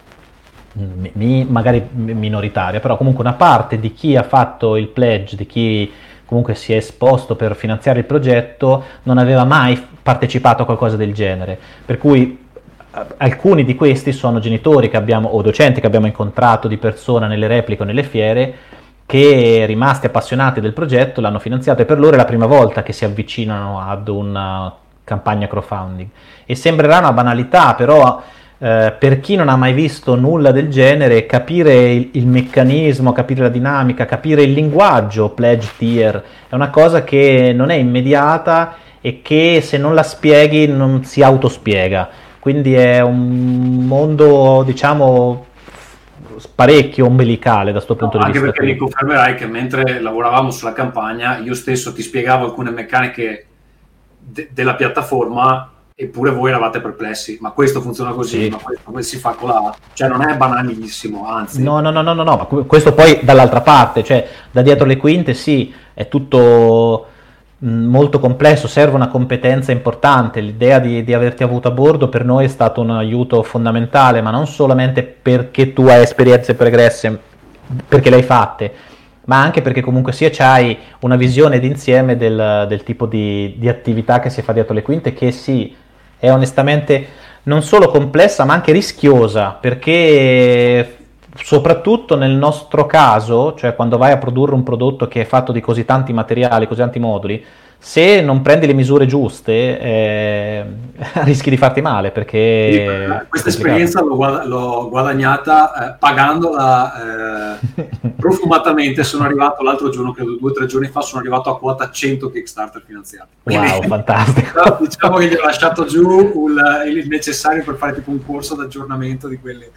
mi, magari minoritaria, però comunque una parte di chi ha fatto il pledge, di chi comunque si è esposto per finanziare il progetto, non aveva mai partecipato a qualcosa del genere, per cui alcuni di questi sono genitori che abbiamo, o docenti che abbiamo incontrato di persona nelle repliche o nelle fiere, che rimasti appassionati del progetto l'hanno finanziato, e per loro è la prima volta che si avvicinano ad una campagna crowdfunding. E sembrerà una banalità, però eh, per chi non ha mai visto nulla del genere, capire il, il meccanismo, capire la dinamica, capire il linguaggio pledge tier è una cosa che non è immediata e che se non la spieghi non si autospiega. Quindi è un mondo, diciamo, parecchio ombelicale da questo punto no, di anche vista. Anche perché mi confermerai che mentre lavoravamo sulla campagna io stesso ti spiegavo alcune meccaniche de- della piattaforma, eppure voi eravate perplessi, ma questo funziona così, sì. Ma questo come si fa con la... cioè non è banalissimo, anzi. No, no, no, no, no, no, ma questo poi dall'altra parte, cioè da dietro le quinte sì, è tutto molto complesso, serve una competenza importante. L'idea di, di averti avuto a bordo per noi è stato un aiuto fondamentale, ma non solamente perché tu hai esperienze pregresse, perché le hai fatte, ma anche perché comunque sia c'hai una visione d'insieme del, del tipo di, di attività che si fa dietro le quinte, che sì, è onestamente non solo complessa ma anche rischiosa, perché soprattutto nel nostro caso, cioè quando vai a produrre un prodotto che è fatto di così tanti materiali, così tanti moduli, se non prendi le misure giuste eh, rischi di farti male, perché sì, questa esperienza l'ho, guad- l'ho guadagnata eh, pagandola eh, profumatamente. Sono arrivato l'altro giorno, credo due o tre giorni fa, sono arrivato a quota cento Kickstarter finanziati. Quindi, wow, fantastico. No, diciamo che gli ho lasciato giù il, il necessario per fare tipo un corso d'aggiornamento di quelli.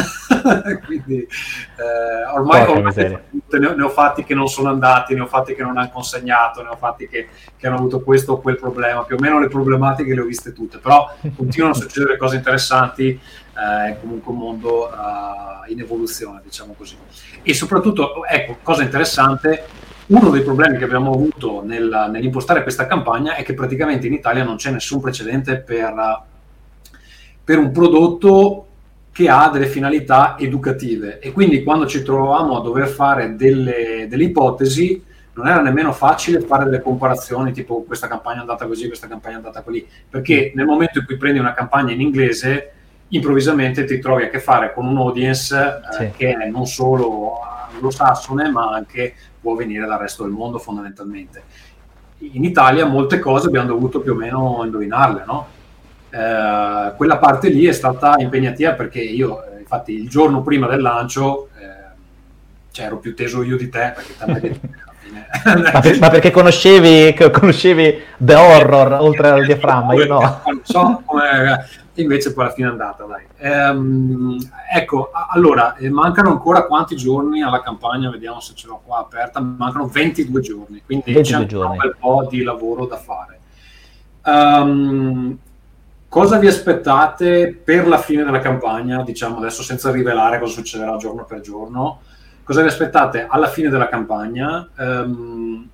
Quindi eh, ormai, ormai ne, ho, ne ho fatti che non sono andati, ne ho fatti che non hanno consegnato, ne ho fatti che, che hanno avuto questo o quel problema. Più o meno le problematiche le ho viste tutte, però continuano a succedere cose interessanti. È eh, comunque un mondo uh, in evoluzione, diciamo così. E soprattutto, ecco, cosa interessante, uno dei problemi che abbiamo avuto nel, nell'impostare questa campagna è che praticamente in Italia non c'è nessun precedente per, per un prodotto che ha delle finalità educative, e quindi quando ci trovavamo a dover fare delle, delle ipotesi non era nemmeno facile fare delle comparazioni tipo questa campagna è andata così, questa campagna è andata così, perché nel momento in cui prendi una campagna in inglese improvvisamente ti trovi a che fare con un audience eh, sì. che è non solo anglosassone ma anche può venire dal resto del mondo fondamentalmente. In Italia molte cose abbiamo dovuto più o meno indovinarle, no? Eh, quella parte lì è stata impegnativa perché io eh, infatti il giorno prima del lancio eh, cioè ero più teso io di te perché te l'hai detto alla fine. ma, per, ma perché conoscevi conoscevi The Horror oltre al diaframma, io no, non so come invece poi alla fine è andata, dai. Ehm, ecco, allora eh, mancano ancora quanti giorni alla campagna, vediamo se ce l'ho qua aperta, mancano ventidue giorni, quindi c'è giorni. un bel po' di lavoro da fare. Um, cosa vi aspettate per la fine della campagna, diciamo adesso senza rivelare cosa succederà giorno per giorno, cosa vi aspettate alla fine della campagna um,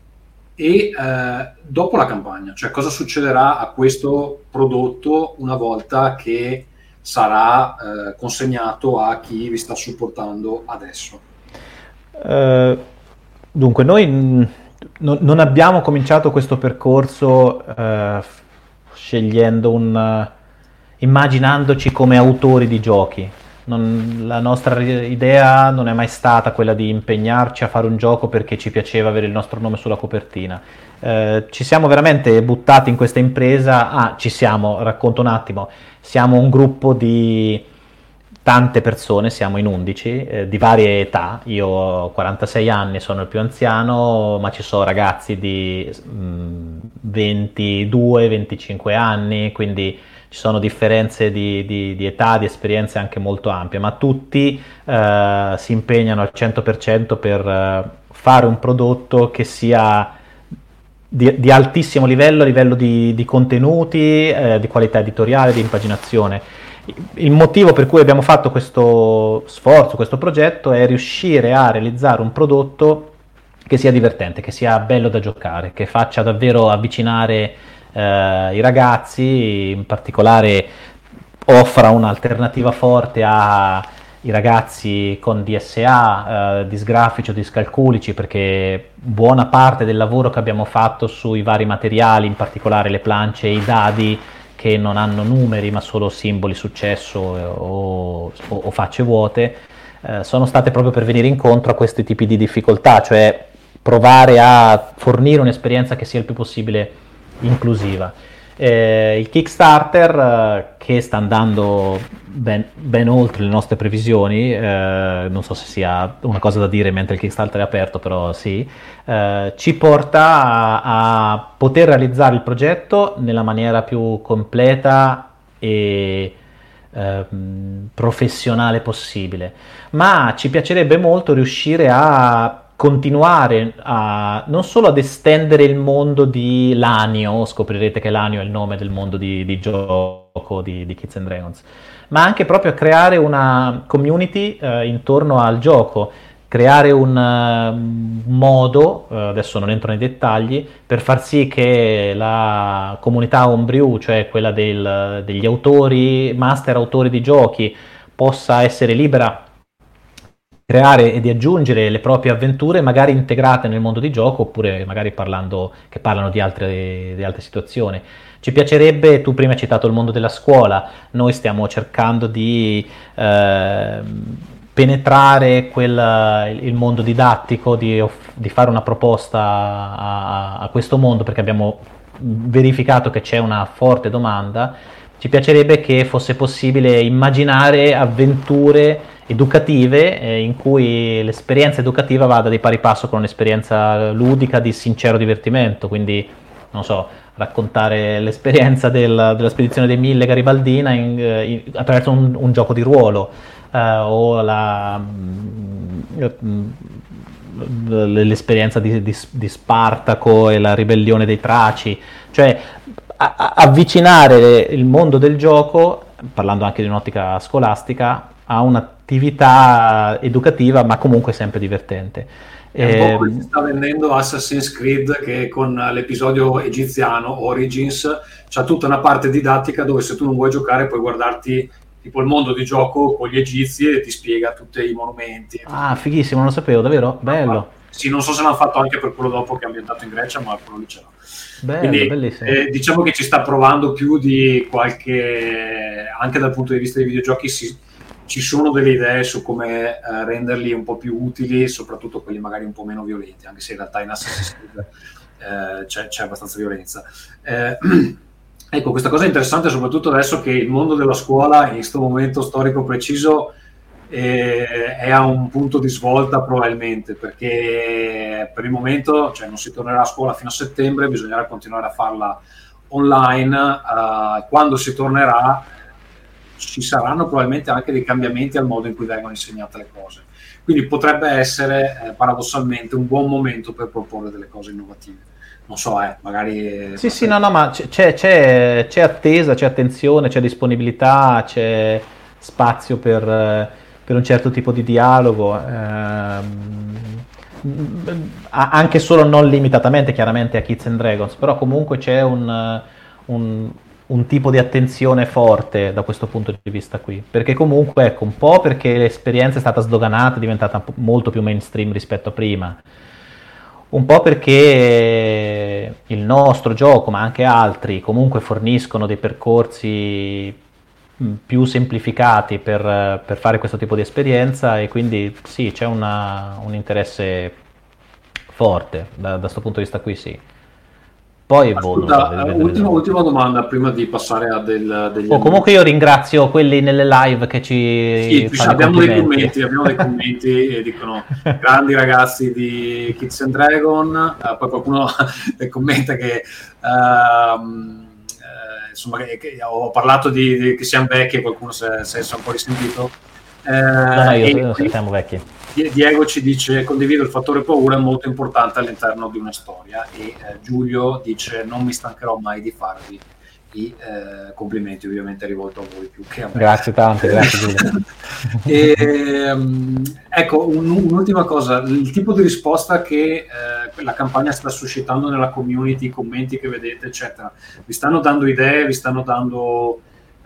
e eh, dopo la campagna, cioè cosa succederà a questo prodotto una volta che sarà eh, consegnato a chi vi sta supportando adesso? Uh, dunque, noi n- non abbiamo cominciato questo percorso uh, scegliendo un... Uh, immaginandoci come autori di giochi. Non, la nostra idea non è mai stata quella di impegnarci a fare un gioco perché ci piaceva avere il nostro nome sulla copertina. Eh, ci siamo veramente buttati in questa impresa. Ah, ci siamo, racconto un attimo. Siamo un gruppo di tante persone, siamo in undici, eh, di varie età. Io ho quarantasei anni, sono il più anziano, ma ci sono ragazzi di mh, ventidue venticinque anni, quindi ci sono differenze di, di, di età, di esperienze anche molto ampie, ma tutti eh, si impegnano al cento per cento per eh, fare un prodotto che sia di, di altissimo livello, a livello di, di contenuti, eh, di qualità editoriale, di impaginazione. Il motivo per cui abbiamo fatto questo sforzo, questo progetto, è riuscire a realizzare un prodotto che sia divertente, che sia bello da giocare, che faccia davvero avvicinare Uh, i ragazzi, in particolare offra un'alternativa forte ai ragazzi con D S A, uh, disgrafici o discalculici, perché buona parte del lavoro che abbiamo fatto sui vari materiali, in particolare le plance e i dadi che non hanno numeri ma solo simboli successo o, o, o facce vuote, uh, sono state proprio per venire incontro a questi tipi di difficoltà, cioè provare a fornire un'esperienza che sia il più possibile inclusiva. Eh, il Kickstarter, eh, che sta andando ben, ben oltre le nostre previsioni, eh, non so se sia una cosa da dire mentre il Kickstarter è aperto, però sì, eh, ci porta a, a poter realizzare il progetto nella maniera più completa e eh, professionale possibile, ma ci piacerebbe molto riuscire a continuare a non solo ad estendere il mondo di Lanio, scoprirete che Lanio è il nome del mondo di, di gioco di, di Kids and Dragons, ma anche proprio a creare una community eh, intorno al gioco, creare un uh, modo, uh, adesso non entro nei dettagli, per far sì che la comunità homebrew, cioè quella del, degli autori, master autori di giochi, possa essere libera creare e di aggiungere le proprie avventure, magari integrate nel mondo di gioco, oppure magari parlando, che parlano di altre, di altre situazioni. Ci piacerebbe, tu prima hai citato il mondo della scuola, noi stiamo cercando di eh, penetrare quel, il mondo didattico, di, di fare una proposta a, a questo mondo, perché abbiamo verificato che c'è una forte domanda. Ci piacerebbe che fosse possibile immaginare avventure educative eh, in cui l'esperienza educativa vada di pari passo con un'esperienza ludica di sincero divertimento, quindi non so, raccontare l'esperienza del, della spedizione dei mille garibaldina in, in, attraverso un, un gioco di ruolo eh, o la, l'esperienza di, di, di Spartaco e la ribellione dei Traci, cioè a, a, avvicinare il mondo del gioco, parlando anche di un'ottica scolastica, a un'attività educativa ma comunque sempre divertente. È un po' come si sta vendendo Assassin's Creed, che con l'episodio egiziano Origins c'ha tutta una parte didattica dove se tu non vuoi giocare puoi guardarti tipo il mondo di gioco con gli egizi e ti spiega tutti i monumenti. Ah, fighissimo, non lo sapevo, davvero? Bello. Sì, non so se l'hanno fatto anche per quello dopo che è ambientato in Grecia, ma quello lì ce l'ho. Bello, quindi bellissimo. Eh, diciamo che ci sta provando più di qualche, anche dal punto di vista dei videogiochi si, ci sono delle idee su come eh, renderli un po' più utili, soprattutto quelli magari un po' meno violenti, anche se in realtà in Assassin's Creed eh, c'è, c'è abbastanza violenza. Eh, ecco, questa cosa è interessante soprattutto adesso che il mondo della scuola in questo momento storico preciso eh, è a un punto di svolta probabilmente, perché per il momento cioè, non si tornerà a scuola fino a settembre, bisognerà continuare a farla online. Uh, quando si tornerà ci saranno probabilmente anche dei cambiamenti al modo in cui vengono insegnate le cose, quindi potrebbe essere eh, paradossalmente un buon momento per proporre delle cose innovative. Non so, eh, magari... Sì, sì, no, no, ma c'è, c'è, c'è attesa, c'è attenzione, c'è disponibilità, c'è spazio per, per un certo tipo di dialogo, ehm, anche solo non limitatamente chiaramente a Kids and Dragons, però comunque c'è un... un un tipo di attenzione forte da questo punto di vista qui, perché comunque, ecco, un po' perché l'esperienza è stata sdoganata, è diventata molto più mainstream rispetto a prima, un po' perché il nostro gioco, ma anche altri, comunque forniscono dei percorsi più semplificati per, per fare questo tipo di esperienza, e quindi sì, c'è una, un interesse forte da questo punto di vista qui, sì. Poi Ascolta, boh, uh, ultima, ultima domanda prima di passare a del, degli oh, comunque io ringrazio quelli nelle live che ci sì, fanno abbiamo dei commenti, abbiamo dei commenti e dicono grandi ragazzi di Kids and Dragon, uh, poi qualcuno commenta che uh, uh, insomma che, che ho parlato di, di che siamo vecchi e qualcuno si è, si è un po' risentito. Uh, no, no, io e, siamo vecchi. Diego ci dice: condivido il fattore paura, è molto importante all'interno di una storia. E eh, Giulio dice: non mi stancherò mai di farvi i eh, complimenti, ovviamente rivolto a voi più che a me. Grazie tante, grazie Giulio. e, um, ecco, un, un'ultima cosa, il tipo di risposta che eh, la campagna sta suscitando nella community, i commenti che vedete eccetera, vi stanno dando idee, vi stanno dando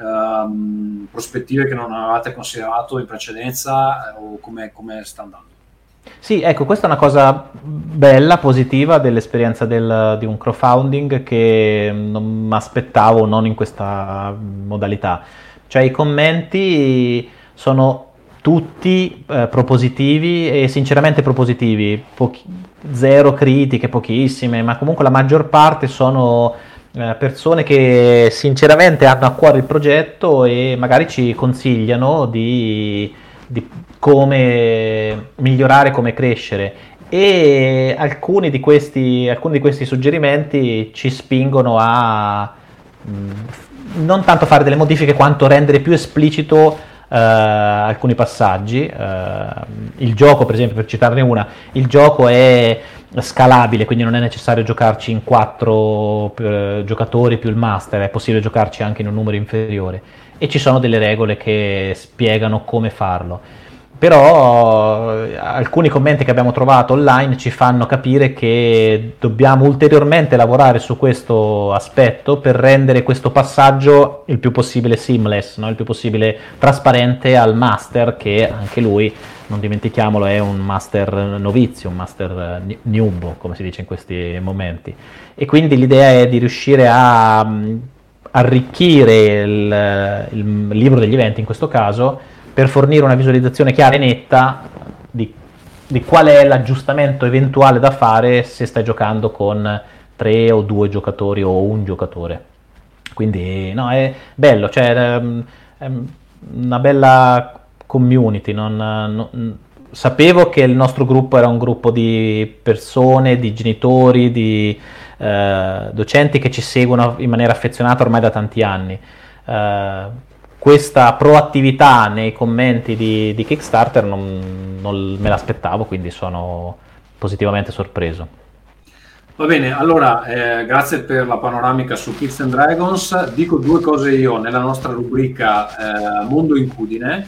Um, prospettive che non avevate considerato in precedenza, eh, o come, come sta andando? Sì, ecco, questa è una cosa bella, positiva dell'esperienza del, di un crowdfunding che non mi aspettavo, non in questa modalità. Cioè i commenti sono tutti eh, propositivi e sinceramente propositivi, Pochi, zero critiche, pochissime, ma comunque la maggior parte sono persone che sinceramente hanno a cuore il progetto e magari ci consigliano di, di come migliorare, come crescere, e alcuni di questi, alcuni di questi suggerimenti ci spingono a mh, non tanto fare delle modifiche quanto rendere più esplicito Uh, alcuni passaggi. Uh, il gioco, per esempio, per citarne una, il gioco è scalabile, quindi non è necessario giocarci in quattro uh, giocatori più il master, è possibile giocarci anche in un numero inferiore, e ci sono delle regole che spiegano come farlo. Però uh, alcuni commenti che abbiamo trovato online ci fanno capire che dobbiamo ulteriormente lavorare su questo aspetto per rendere questo passaggio il più possibile seamless, no? Il più possibile trasparente al master, che anche lui, non dimentichiamolo, è un master novizio, un master noob, come si dice in questi momenti. E quindi l'idea è di riuscire a um, arricchire il, il libro degli eventi, in questo caso, per fornire una visualizzazione chiara e netta di, di qual è l'aggiustamento eventuale da fare se stai giocando con tre o due giocatori o un giocatore. Quindi no, è bello, cioè è una bella community. Non, non, sapevo che il nostro gruppo era un gruppo di persone, di genitori, di eh, docenti che ci seguono in maniera affezionata ormai da tanti anni. Eh, questa proattività nei commenti di, di Kickstarter non, non me l'aspettavo, quindi sono positivamente sorpreso. Va bene, allora eh, grazie per la panoramica su Kids and Dragons. Dico due cose io nella nostra rubrica eh, Mondo Incudine.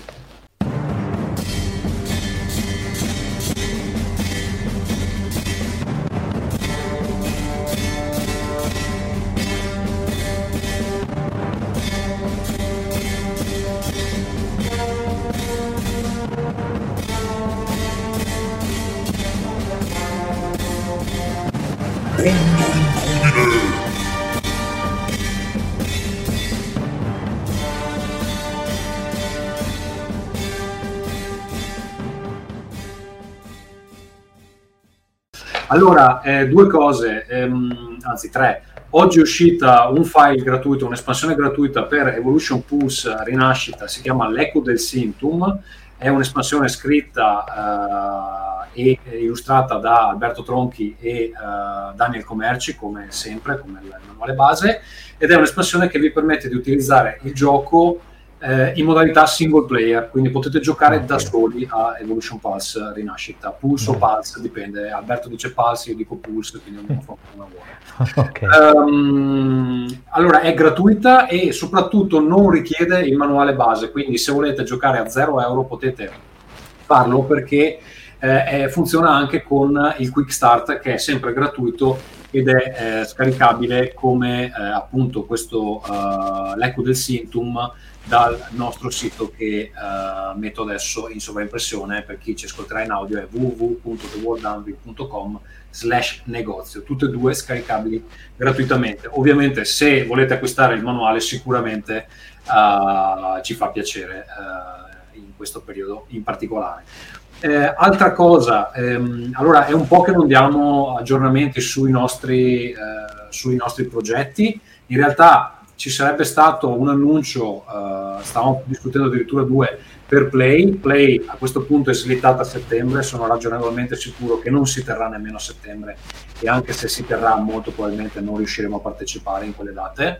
Allora, eh, due cose, ehm, anzi tre. Oggi è uscita un file gratuito, un'espansione gratuita per Evolution Pulse Rinascita, si chiama L'Eco del Symptom. È un'espansione scritta eh, e illustrata da Alberto Tronchi e uh, Daniel Comerci, come sempre, come il manuale base, ed è un'espansione che vi permette di utilizzare il gioco eh, in modalità single player, quindi potete giocare okay. da soli a Evolution Pulse Rinascita, Pulse o Pulse, dipende. Alberto dice Pulse, io dico Pulse, quindi ognuno fa come vuole. Okay. Um, allora è gratuita e soprattutto non richiede il manuale base, quindi se volete giocare a zero euro potete farlo, perché eh, è, funziona anche con il Quick Start, che è sempre gratuito ed è eh, scaricabile come eh, appunto questo uh, l'Eco del Sintum dal nostro sito che uh, metto adesso in sovraimpressione. Per chi ci ascolterà in audio è w w w punto the world anvil punto com slash negozio, tutte e due scaricabili gratuitamente. Ovviamente se volete acquistare il manuale sicuramente uh, ci fa piacere uh, in questo periodo in particolare. Eh, altra cosa, ehm, allora è un po' che non diamo aggiornamenti sui nostri, eh, sui nostri progetti. In realtà ci sarebbe stato un annuncio, eh, stavamo discutendo addirittura due per Play. Play a questo punto è slittata a settembre, sono ragionevolmente sicuro che non si terrà nemmeno a settembre, e anche se si terrà molto probabilmente non riusciremo a partecipare in quelle date.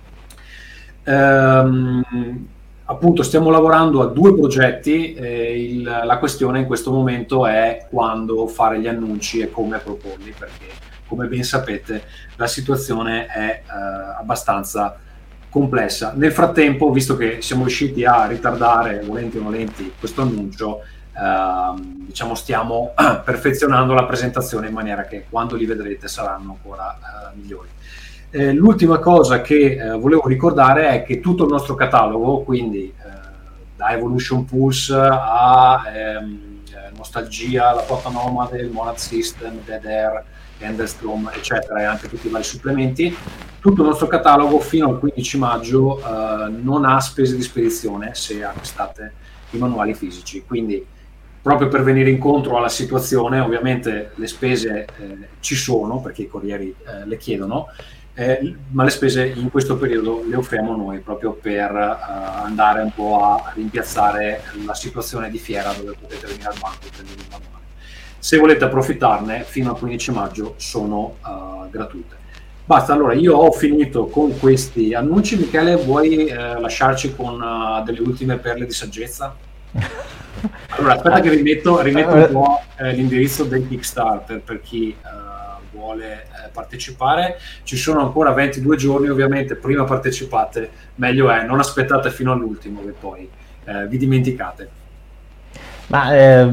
Ehm, appunto stiamo lavorando a due progetti, eh, il, la questione in questo momento è quando fare gli annunci e come proporli, perché come ben sapete la situazione è eh, abbastanza complessa. Nel frattempo, visto che siamo riusciti a ritardare, volenti o nolenti, questo annuncio, eh, diciamo stiamo perfezionando la presentazione in maniera che quando li vedrete saranno ancora eh, migliori. Eh, l'ultima cosa che eh, volevo ricordare è che tutto il nostro catalogo, quindi eh, da Evolution Pulse a ehm, Nostalgia, la Porta Nomade, il Monad System, Dead Air, Enderstrom, eccetera, e anche tutti i vari supplementi, tutto il nostro catalogo fino al quindici maggio eh, non ha spese di spedizione se acquistate i manuali fisici. Quindi proprio per venire incontro alla situazione, ovviamente le spese eh, ci sono perché i corrieri eh, le chiedono, Eh, ma le spese in questo periodo le offriamo noi proprio per uh, andare un po' a rimpiazzare la situazione di fiera dove potete venire al banco e prendere il manuale. Se volete approfittarne, fino al quindici maggio sono uh, gratuite. Basta, allora io ho finito con questi annunci. Michele, vuoi uh, lasciarci con uh, delle ultime perle di saggezza? Allora aspetta che rimetto, rimetto un po' eh, l'indirizzo del Kickstarter per chi uh, vuole eh, partecipare. Ci sono ancora ventidue giorni, ovviamente prima partecipate meglio è, non aspettate fino all'ultimo che poi eh, vi dimenticate. Ma eh,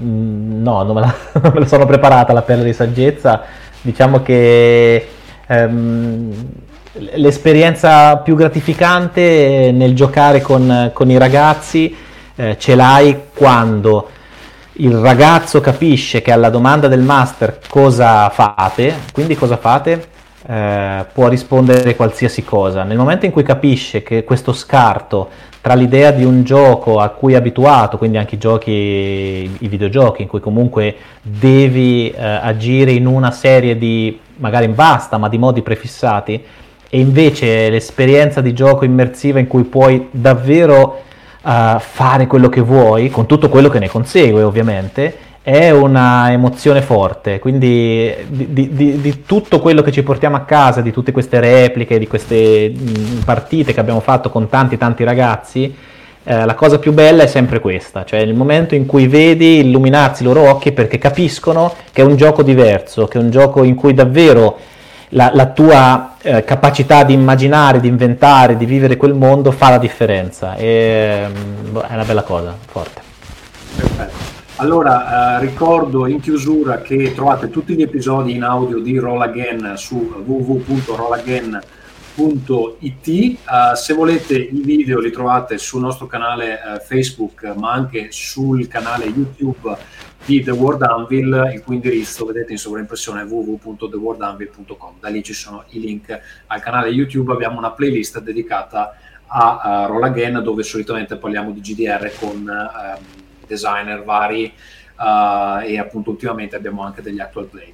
no, non me, la, non me la sono preparata la perla di saggezza. Diciamo che ehm, l'esperienza più gratificante nel giocare con, con i ragazzi eh, ce l'hai quando il ragazzo capisce che alla domanda del master cosa fate, quindi cosa fate, eh, può rispondere qualsiasi cosa. Nel momento in cui capisce che questo scarto tra l'idea di un gioco a cui è abituato, quindi anche i giochi, i videogiochi in cui comunque devi eh, agire in una serie di, magari vasta, ma di modi prefissati, e invece l'esperienza di gioco immersiva in cui puoi davvero Uh, fare quello che vuoi, con tutto quello che ne consegue ovviamente, è una emozione forte. Quindi di, di, di tutto quello che ci portiamo a casa, di tutte queste repliche, di queste mh, partite che abbiamo fatto con tanti tanti ragazzi, eh, la cosa più bella è sempre questa, cioè il momento in cui vedi illuminarsi i loro occhi perché capiscono che è un gioco diverso, che è un gioco in cui davvero La, la tua eh, capacità di immaginare, di inventare, di vivere quel mondo fa la differenza, e, boh, è una bella cosa, forte. Perfetto. Allora eh, ricordo in chiusura che trovate tutti gli episodi in audio di Roll Again su w w w punto roll again punto i t. Uh, se volete i video li trovate sul nostro canale uh, Facebook, ma anche sul canale YouTube di The World Anvil, il cui indirizzo vedete in sovraimpressione w w w punto the world anvil punto com. Da lì ci sono i link al canale YouTube. Abbiamo una playlist dedicata a, a Roll Again, dove solitamente parliamo di G D R con um, designer vari uh, e appunto ultimamente abbiamo anche degli actual play.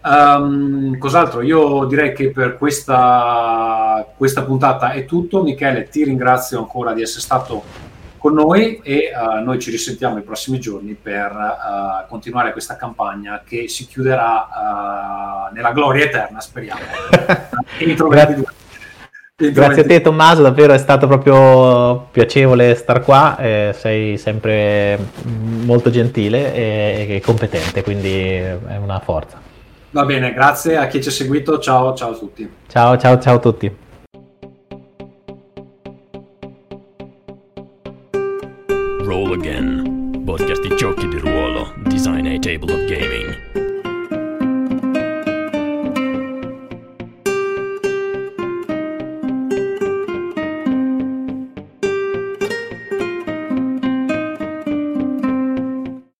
Um, cos'altro? Io direi che per questa, questa puntata è tutto. Michele, ti ringrazio ancora di essere stato con noi e uh, noi ci risentiamo i prossimi giorni per uh, continuare questa campagna che si chiuderà uh, nella gloria eterna, speriamo. Entro Grazie. Entro Grazie a te Tommaso, davvero è stato proprio piacevole star qua, eh, sei sempre molto gentile e, e competente, quindi è una forza. Va bene, grazie a chi ci ha seguito, ciao ciao a tutti. Ciao ciao ciao a tutti. Roll Again, podcast di giochi di ruolo, Design a Table of Gaming.